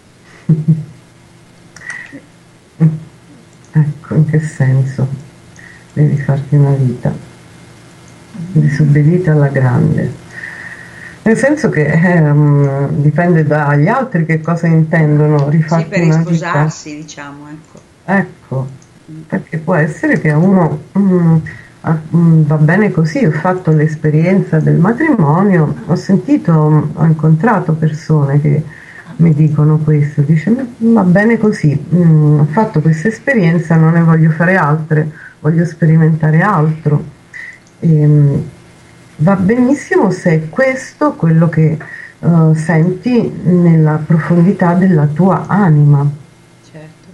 Ecco, in che senso devi farti una vita? Disubbedita alla grande. Nel senso che ehm, dipende dagli altri che cosa intendono Sì, rifarti per una vita. risposarsi, diciamo, ecco. Ecco, perché può essere che a uno mm, ah, mm, va bene così. Ho fatto l'esperienza del matrimonio, ho sentito, ho incontrato persone che mi dicono questo, dice "Mm, va bene così, mm, ho fatto questa esperienza, non ne voglio fare altre, voglio sperimentare altro". Ehm, va benissimo se è questo quello che eh, senti nella profondità della tua anima. Certo.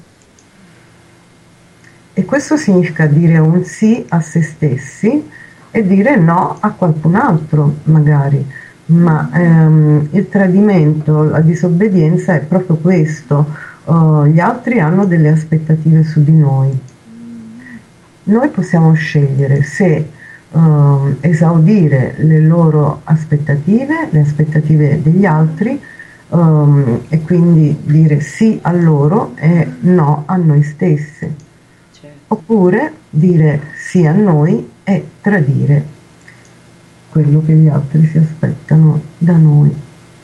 E questo significa dire un sì a se stessi e dire no a qualcun altro, magari. Ma ehm, il tradimento, la disobbedienza è proprio questo. Uh, gli altri hanno delle aspettative su di noi. Noi possiamo scegliere se uh, esaudire le loro aspettative, le aspettative degli altri, um, e quindi dire sì a loro e no a noi stessi. Oppure dire sì a noi e tradire quello che gli altri si aspettano da noi.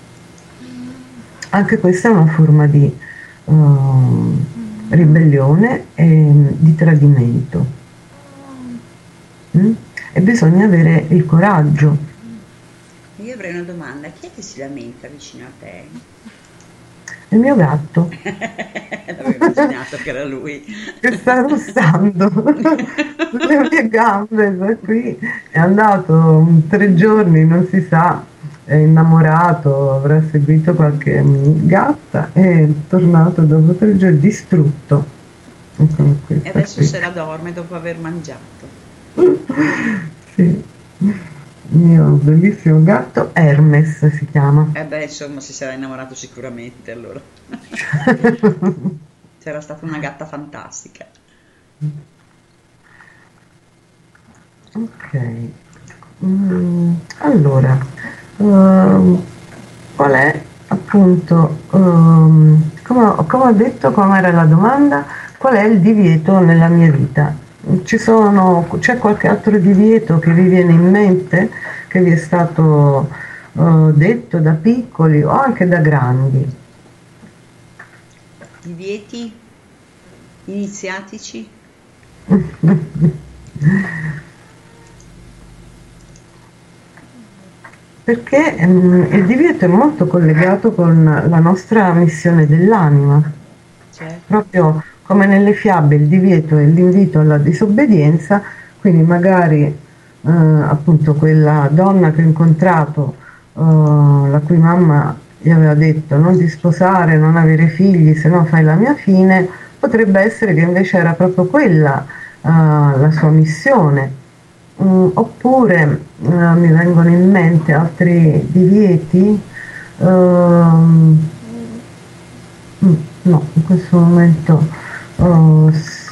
Anche questa è una forma di uh, ribellione e di tradimento. Mm? E bisogna avere il coraggio. Io avrei una domanda: chi è che si lamenta vicino a te? Il mio gatto. L'avevo immaginato che era lui. Che sta russando sulle mie gambe, da qui è andato tre giorni, non si sa, è innamorato, avrà seguito qualche gatta e è tornato dopo tre giorni distrutto. E adesso qui. se la dorme dopo aver mangiato. Sì. Il mio bellissimo gatto Hermes si chiama. Eh beh, insomma, si sarà innamorato sicuramente allora. C'era stata una gatta fantastica. Ok. Mm, allora, um, qual è appunto, um, come, come ho detto, com'era la domanda? Qual è il divieto nella mia vita? Ci sono, c'è qualche altro divieto che vi viene in mente, che vi è stato uh, detto da piccoli o anche da grandi? Divieti iniziatici? Perché um, il divieto è molto collegato con la nostra missione dell'anima. Certo. Proprio come nelle fiabe il divieto è l'invito alla disobbedienza, quindi magari eh, appunto quella donna che ho incontrato, eh, la cui mamma gli aveva detto non ti sposare, non avere figli, se no fai la mia fine, potrebbe essere che invece era proprio quella eh, la sua missione. Mm, oppure eh, mi vengono in mente altri divieti. ehm, no, in questo momento Oh,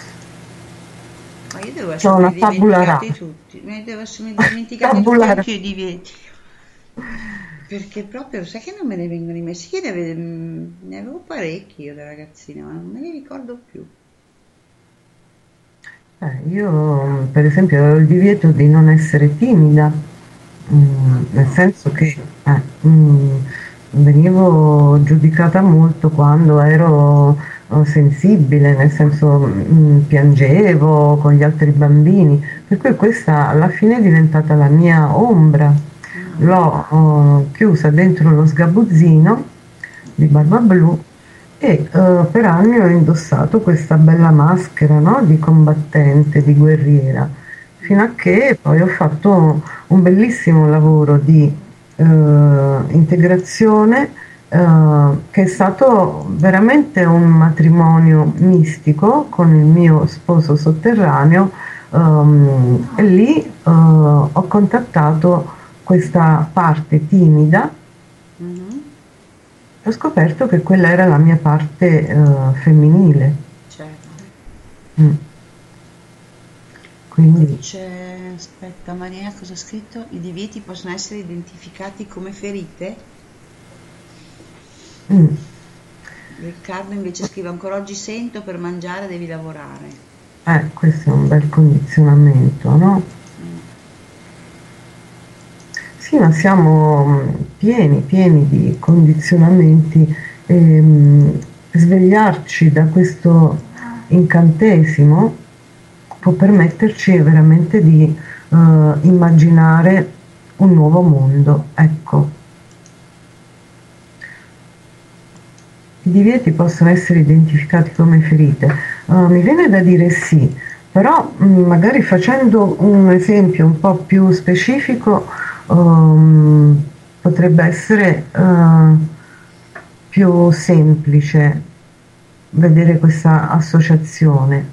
ma io devo c'ho una essere tabula dimenticati rasa. tutti, mi devo essere dimenticati Tabula tutti i divieti, perché proprio sai che non me ne vengono in mente. Sì, ne avevo, ne avevo parecchi io da ragazzina, ma non me ne ricordo più. Eh, io per esempio avevo il divieto di non essere timida, mm, nel senso che eh, mm, venivo giudicata molto quando ero sensibile, nel senso mh, piangevo con gli altri bambini, per cui questa alla fine è diventata la mia ombra. L'ho uh, chiusa dentro lo sgabuzzino di Barba Blu e uh, per anni ho indossato questa bella maschera, no? Di combattente, di guerriera, fino a che poi ho fatto un bellissimo lavoro di uh, integrazione, Uh, che è stato veramente un matrimonio mistico con il mio sposo sotterraneo, um, e lì uh, ho contattato questa parte timida. Mm-hmm. Ho scoperto che quella era la mia parte uh, femminile. Certo. Mm. Quindi c'è, aspetta, Maria, cosa ha scritto? I divieti possono essere identificati come ferite? Mm. Riccardo invece scrive: ancora oggi sento per mangiare devi lavorare. Eh, questo è un bel condizionamento, no? Mm. Sì, ma siamo pieni, pieni di condizionamenti, e mh, svegliarci da questo incantesimo può permetterci veramente di uh, immaginare un nuovo mondo, ecco. I divieti possono essere identificati come ferite. Uh, mi viene da dire sì, però mh, magari facendo un esempio un po' più specifico um, potrebbe essere uh, più semplice vedere questa associazione.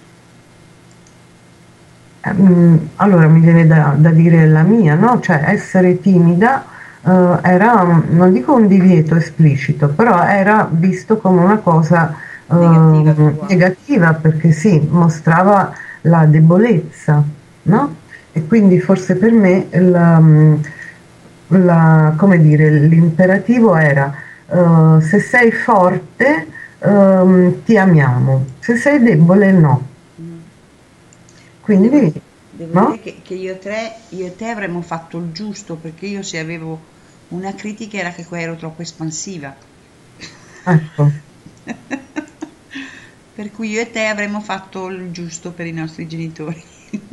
Um, allora mi viene da, da dire la mia, no? Cioè essere timida Uh, era, non dico un divieto esplicito, però era visto come una cosa uh, negativa, negativa, perché sì, mostrava la debolezza, no? E quindi forse per me la, la, come dire, l'imperativo era uh, se sei forte um, ti amiamo, se sei debole no. Quindi devo, devo no? dire che, che io, tre, io e te avremmo fatto il giusto, perché io se avevo una critica era che qua ero troppo espansiva. Ecco. Per cui io e te avremmo fatto il giusto per i nostri genitori.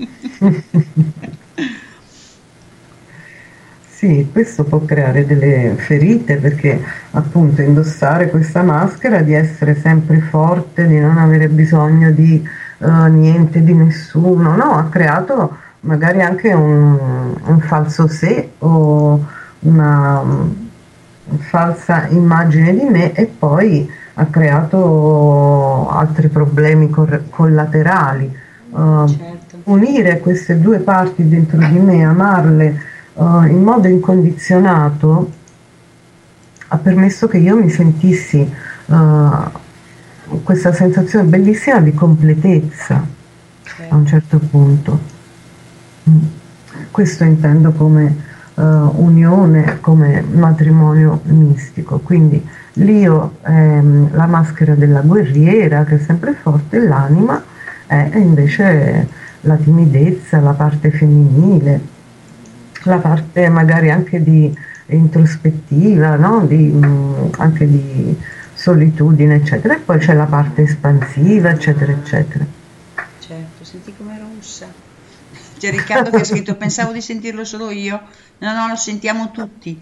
Sì, questo può creare delle ferite, perché appunto indossare questa maschera di essere sempre forte, di non avere bisogno di uh, niente, di nessuno, no, ha creato magari anche un, un falso sé o una um, falsa immagine di me, e poi ha creato altri problemi cor- collaterali. Uh, certo. Unire queste due parti dentro di me, amarle uh, in modo incondizionato, ha permesso che io mi sentissi uh, questa sensazione bellissima di completezza, certo, a un certo punto. Mm. Questo intendo come Uh, unione, come matrimonio mistico. Quindi l'io è um, la maschera della guerriera che è sempre forte, l'anima è invece la timidezza, la parte femminile, la parte magari anche di introspettiva, no? di, um, anche di solitudine, eccetera, e poi c'è la parte espansiva, eccetera, eccetera. Certo, senti com'è rossa. C'è Riccardo che ha scritto: pensavo di sentirlo solo io. No, no, lo sentiamo tutti.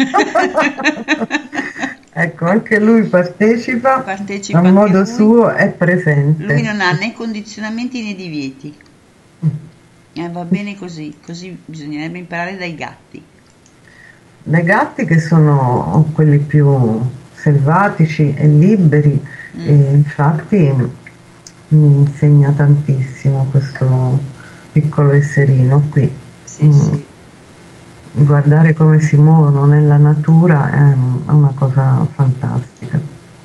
Ecco, anche lui partecipa, partecipa a modo lui. Suo, è presente. Lui non ha né condizionamenti né divieti. Eh, va bene così, così bisognerebbe imparare dai gatti. Dai gatti, che sono quelli più selvatici e liberi, mm. e infatti mi insegna tantissimo questo piccolo esserino qui. Sì, mm. sì. Guardare come si muovono nella natura è una cosa fantastica.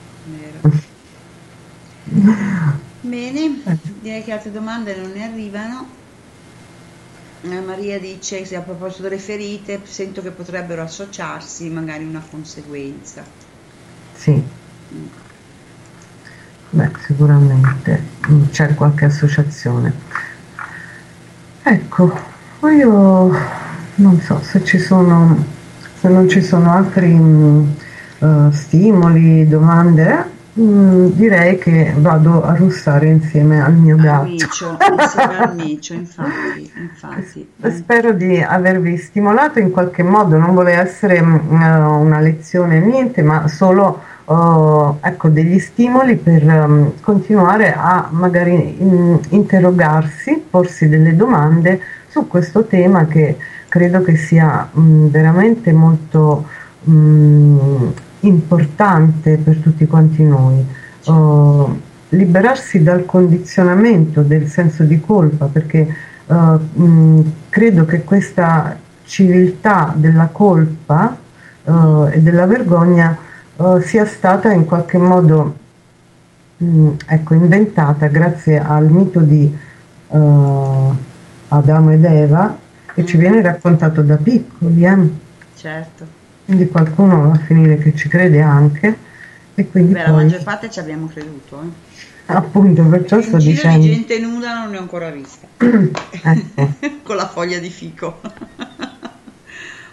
Vero. Bene, direi che altre domande non ne arrivano. eh, Maria dice che a proposito delle ferite sento che potrebbero associarsi magari una conseguenza. Sì, mm. Beh, sicuramente c'è qualche associazione. Ecco, io non so se ci sono, se non ci sono altri mh, uh, stimoli, domande, mh, direi che vado a russare insieme al mio gatto. Micio, insieme al micio, infatti, infatti. Spero di avervi stimolato in qualche modo, non vuole essere uh, una lezione niente, ma solo uh, ecco, degli stimoli per um, continuare a magari in, interrogarsi, porsi delle domande su questo tema che credo che sia mh, veramente molto mh, importante per tutti quanti noi. Uh, liberarsi dal condizionamento del senso di colpa, perché uh, mh, credo che questa civiltà della colpa uh, e della vergogna uh, sia stata in qualche modo mh, ecco, inventata grazie al mito di uh, Adamo ed Eva, che ci viene raccontato da piccoli, eh? Certo. Quindi qualcuno va a finire che ci crede anche, e quindi Beh, poi, la maggior parte ci abbiamo creduto, eh. appunto, perciò in sto giro dicendo di gente nuda non ne ho ancora vista. ecco. Con la foglia di fico.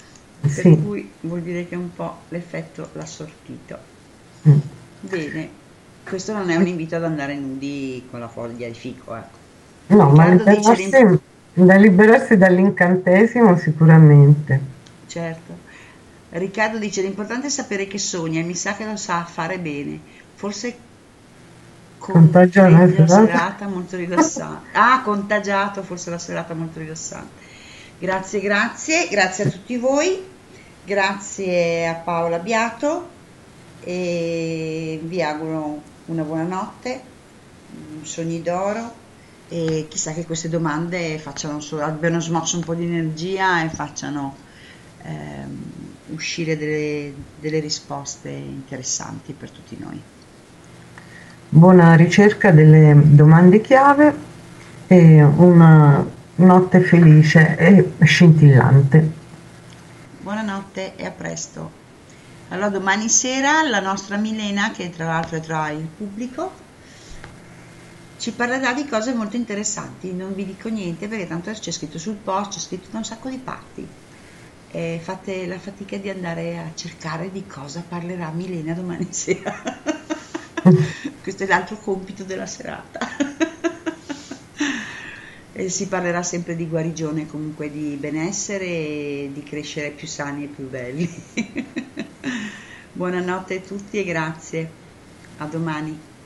per Sì. cui vuol dire che un po' l'effetto l'ha sortito. Mm. Bene, questo non è un invito ad andare nudi con la foglia di fico, ecco. No, ma Riccardo dice liberarsi, l'im- da liberarsi dall'incantesimo sicuramente. certo. Riccardo dice l'importante è sapere che sogna e mi sa che lo sa fare bene, forse Contagiare la contagia la serata. serata molto rilassante. Ah, contagiato forse la serata molto rilassante. Grazie, grazie, grazie a tutti voi, grazie a Paola Biato e vi auguro una buona notte, sogni d'oro e chissà che queste domande facciano solo, abbiano smosso un po' di energia e facciano ehm, uscire delle, delle risposte interessanti per tutti noi. Buona ricerca delle domande chiave e una notte felice e scintillante. Buonanotte e a presto. Allora domani sera la nostra Milena, che tra l'altro è tra il pubblico, ci parlerà di cose molto interessanti. Non vi dico niente perché tanto c'è scritto sul post, c'è scritto da un sacco di parti. E fate la fatica di andare a cercare di cosa parlerà Milena domani sera. Questo è l'altro compito della serata. E si parlerà sempre di guarigione, comunque di benessere e di crescere più sani e più belli. Buonanotte a tutti e grazie. A domani.